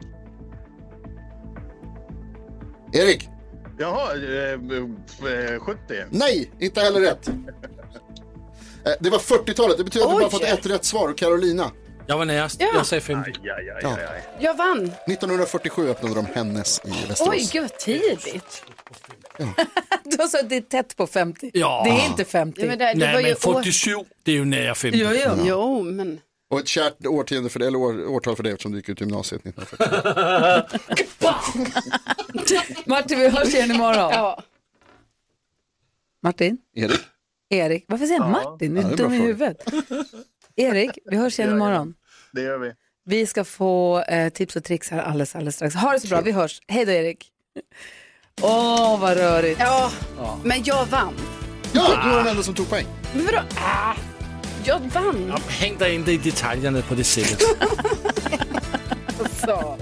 Erik. Jaha, eh, sjuttio. Nej, inte heller rätt. eh, det var fyrtiotalet. Det betyder att du bara fått ett rätt svar. Och Carolina. Jag var näst. Ja. Jag säger femtio. Aj, aj, aj, aj, aj. Jag vann. nittonhundrafyrtiosju öppnade de Hennes i Västerås. Oj, gud vad tidigt. Ja. Du har sagt det är tätt på femtio. Ja. Det är inte femtio. Ja, men det, det Nej, var ju men fyrtiosju, det är ju nära femtio. Jo, jo. Jo, men... Och ett kärt årtionde för det, eller år, årtal för det eftersom du gick ut gymnasiet nittonhundrafyrtio. Martin, vi hörs igen imorgon. Ja. Martin? Erik? Erik, varför säger jag Ja. Martin? Du är Ja, det är dum bra i fråga. huvudet. Erik, vi hörs igen imorgon. Det gör vi. Vi ska få eh, tips och tricks här alldeles, alldeles strax. Ha det så bra, vi hörs. Hej då Erik. Åh, oh, vad rörigt. Ja, ja, men jag vann. Ja, du var den enda som tog poäng. Men vadå? Ah, jag vann. Ja, häng dig inte i detaljerna på det sättet. Så.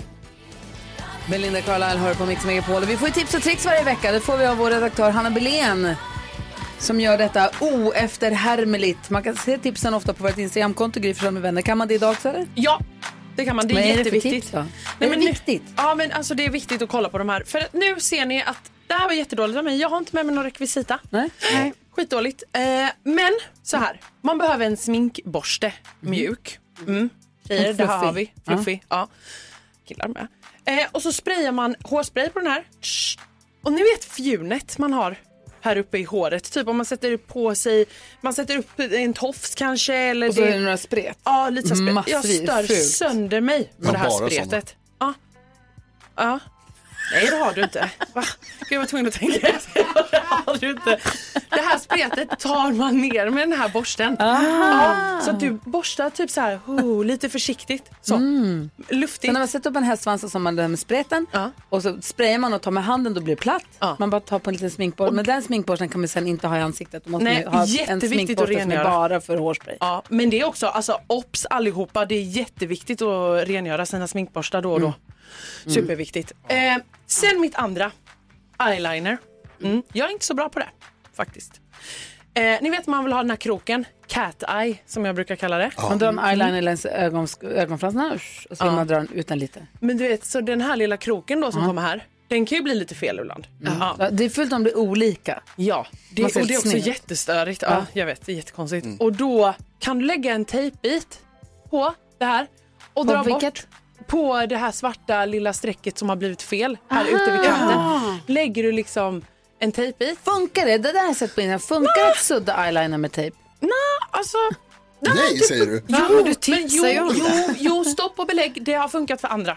Belinda Carlisle hör på Mix Megapol. Vi får ju tips och tricks varje vecka. Det får vi av vår redaktör Hanna Belén, som gör detta oefterhärmligt. Man kan se tipsen ofta på vårt Instagramkonto, Gry Forssell med vänner. Kan man det idag också, eller? Ja, det kan man. Det är, är jätteviktigt. Det Nej, är men det viktigt? Nu, ja, men alltså det är viktigt att kolla på de här. För att nu ser ni att det här var jättedåligt, men jag har inte med mig någon rekvisita. Nej. Nej. Skitdåligt. Eh, men så här, man behöver en sminkborste, mjuk. Mm. Tjejer, det här har vi. Fluffy, ja. ja. Killar med. Eh, och så sprayar man hårspray på den här. Och ni vet fjunet man har här uppe i håret. Typ om man sätter upp på sig, man sätter upp en tofs kanske. Eller och så det... är det några spret. Ja, lite så spret. Massvis, jag stör fult. sönder mig på ja, det här spretet. Ja. Ja. Nej, det har du inte. Va? Gud, jag var tvungen att tänka. Det har du inte. Det här spretet tar man ner med den här borsten. Ja, så att du borstar typ så här, oh, lite försiktigt. Så. Mm. Luftigt. Så när man sätter upp en hästsvans som man det med spreten, ja. Och så sprayar man och tar med handen, då blir det platt. Ja. Man bara tar på en liten sminkborste. Men den sminkborsten kan man sen inte ha i ansiktet. Man måste Nej, ha en sminkborste som är bara för hårspray. Ja, men det är också, alltså ops allihopa, det är jätteviktigt att rengöra sina sminkborstar då och då. Mm. Superviktigt. Eh, sen mitt andra, eyeliner. Mm. Jag är inte så bra på det, faktiskt. Eh, ni vet man vill ha den här kroken, cat eye, som jag brukar kalla det. Ja. Man drar en eyeliner längs ögon, ögonfransarna och så vill ja. man dra den ut den lite. Men du vet, så den här lilla kroken då som ja. kommer här, den kan ju bli lite fel ibland. Mm. Ja. Det är fullt om det är olika. Ja, det, och det är också jättestörigt. Ja. Ja, jag vet, det är jättekonstigt. Mm. Och då kan du lägga en tejpbit på det här och på dra vilket? bort. På det här svarta lilla strecket som har blivit fel här Aha. ute vid kanten. Ja. Lägger du liksom en tejpbit. Funkar det? Det där har jag sett på innan. Funkar det att sudda eyeliner med tejp? Nej, alltså... Nej, nej du, säger du. Jo, men du tipsar ju om det. Jo, jo, stopp och belägg. Det har funkat för andra.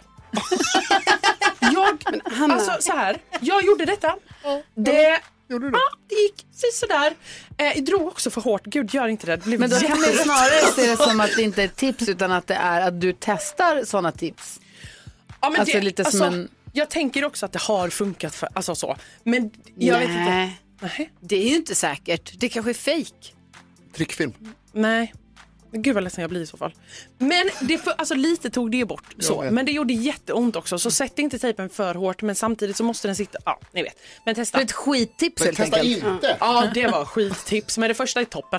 jag, men Hanna... Alltså så här, jag gjorde detta. Det... Gjorde du? Ja, det gick sådär. Eh, jag drog också för hårt. Gud, gör inte det. det Men då kan man snarare se det som att det inte är tips utan att det är att du testar sådana tips. Ja, men alltså det, lite alltså, som en... Jag tänker också att det har funkat för, alltså så. Men jag Nej. vet inte. Nej. Det är ju inte säkert. Det kanske är fake. Trickfilm. Nej. Gud vad ledsen jag blir i så fall. Men det för, alltså, lite tog det bort. Så. Men det gjorde jätteont också. Så sätt inte tejpen för hårt. Men samtidigt så måste den sitta... Ja, ni vet. Men testa. Det är ett skittips men helt testa enkelt. inte. Ja, det var skittips. Men det första är toppen.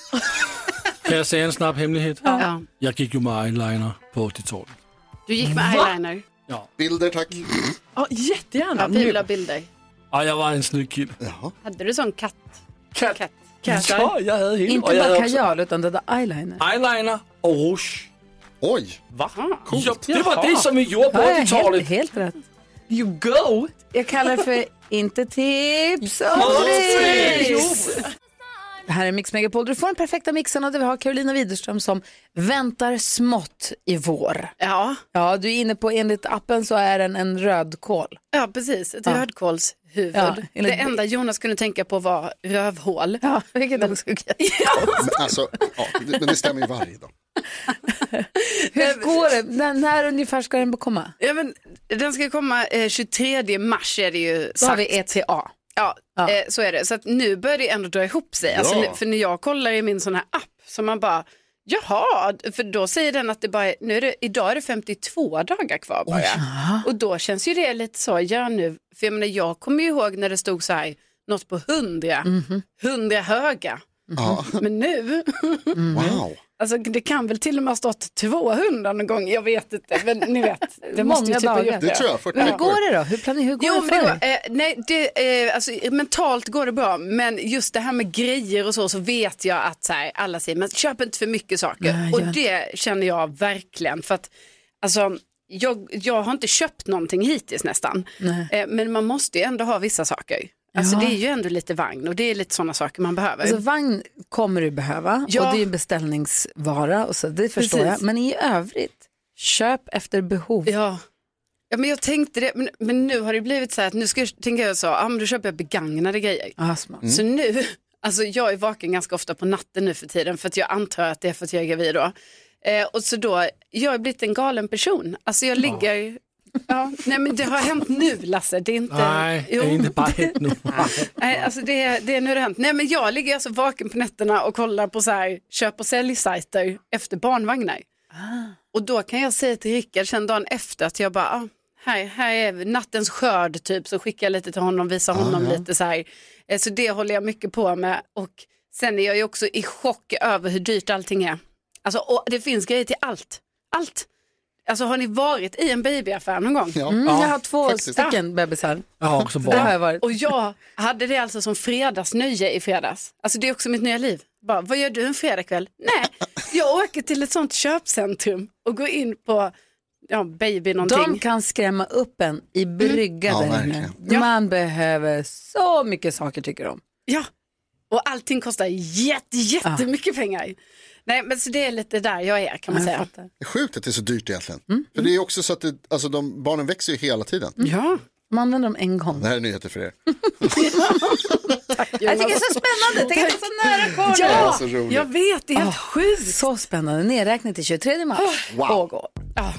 Kan jag säga en snabb hemlighet? Ja. Jag gick ju med eyeliner på åttiotalet. Du gick med Va? eyeliner? Ja. Bilder, tack. Ja, jättegärna. Ja, vi ha bilder. Ja, jag var en snygg kille. Jaha. Hade du sån katt? Katt. Katt. Ja, jag hade hela. Inte bara kajal utan det där eyeliner. Eyeliner och rouge. Oj. Va? Ja, det var det som vi gjorde på åttiotalet. Helt, helt rätt. You go. Jag kallar det för inte tips och tricks. Det här är Mix Megapol. Du får den perfekta mixen och där vi har Carolina Widerström som väntar smått i vår. Ja. Ja, du är inne på, enligt appen så är den en rödkål. Ja, precis. Ett ja. rödkålshuvud. Ja, det enda Jonas kunde tänka på var rövhål. Ja, vilket också är men, alltså, ja, det, men det stämmer ju varje dag. Hur går det? När, när ungefär ska den komma? Ja, men, den ska komma eh, tjugotredje mars är det ju sagt. Då har vi E T A. Ja, ja. Eh, så är det. Så att nu börjar det ändå dra ihop sig. Alltså, ja. För när jag kollar i min sån här app så man bara, jaha, för då säger den att det bara är, nu är det, idag är det femtiotvå dagar kvar bara. Oh, och då känns ju det lite så, ja nu, för jag menar jag kommer ju ihåg när det stod så här, något på hundra, mm-hmm. hundra höga. Mm-hmm. Men nu, mm. wow. Alltså det kan väl till och med ha stått tvåhundra någon gång, jag vet inte, men ni vet. Det måste måste ju typ dagar. Det tror jag. Men hur går det då? Hur, planer, hur går jo, det för men det går, eh, nej, det, eh, alltså, mentalt går det bra, men just det här med grejer och så, så vet jag att så här, alla säger, men köp inte för mycket saker. Ja, ja. Och det känner jag verkligen, för att alltså, jag, jag har inte köpt någonting hittills nästan, eh, men man måste ju ändå ha vissa saker. Alltså ja. Det är ju ändå lite vagn och det är lite sådana saker man behöver. Alltså vagn kommer du behöva ja. Och det är en beställningsvara och så, det förstår Precis. jag. Men i övrigt, köp efter behov. Ja, ja men jag tänkte det, men, men nu har det blivit så här att nu ska jag tänka jag så, ja men då köper jag begagnade grejer. Ah, mm. Så nu, alltså jag är vaken ganska ofta på natten nu för tiden för att jag antar att det är för att jag är gravid då. Eh, och så då, jag har blivit en galen person. Alltså jag ligger... Ja. Ja, nej men det har hänt nu, Lasse. Det är inte... Nej, det är inte bara hänt nu. Nej, alltså det är, det är nu det hänt. Nej men jag ligger alltså vaken på nätterna och kollar på så här köp- och säljsajter efter barnvagnar. Ah. Och då kan jag säga till Rickard sen dagen efter att jag bara, ah, här, här är nattens skörd typ, så skickar jag lite till honom, visar honom ah, ja. lite så här. Så det håller jag mycket på med. Och sen är jag ju också i chock över hur dyrt allting är. Alltså, och det finns grejer till allt. Allt. Alltså har ni varit i en babyaffär någon gång? Ja. Mm, jag har två faktiskt. stycken bebisar. Jag har också barn. Det har jag varit. Och jag hade det alltså som fredagsnöje i fredags. Alltså det är också mitt nya liv. Bara, vad gör du en fredagkväll? Nej, jag åker till ett sånt köpcentrum och går in på ja, baby någonting. De kan skrämma upp en i brygga mm. där inne. Ja, man behöver så mycket saker tycker de. Ja, och allting kostar jätte, jättemycket ja. pengar. Nej, men så det är lite där jag är kan man jag säga. Fattar. Det är sjukt att det är så dyrt egentligen. Mm. För det är också så att det, alltså de, barnen växer ju hela tiden. Mm. Ja. Man använder dem en gång. Det här är nyheter för er. Tack, jag tycker det är så spännande. Tänk att det är så nära kvar. Ja, så jag vet. Det är helt oh, sjukt. Så spännande. Nedräkning till tjugotredje mars. Oh, wow. Pågår. Ja.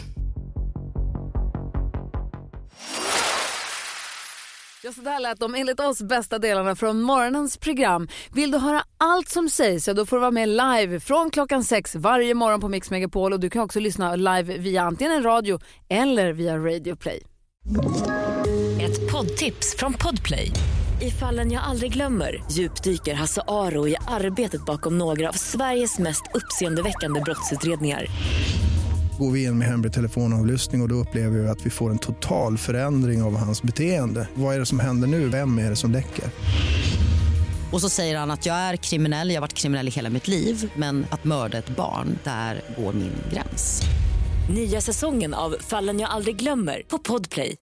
Ja, så där lät de enligt oss bästa delarna från morgonens program. Vill du höra allt som sägs så då får du vara med live från klockan sex varje morgon på Mix Megapol. Och du kan också lyssna live via antingen en radio eller via Radio Play. Ett poddtips från Podplay. I Fallen jag aldrig glömmer djupdyker Hasse Aro i arbetet bakom några av Sveriges mest uppseendeväckande brottsutredningar. Går vi in med hemlig telefonavlyssning och, och då upplever vi att vi får en total förändring av hans beteende. Vad är det som händer nu? Vem är det som läcker? Och så säger han att jag är kriminell, jag har varit kriminell i hela mitt liv. Men att mörda ett barn, där går min gräns. Nya säsongen av Fallen jag aldrig glömmer på Podplay.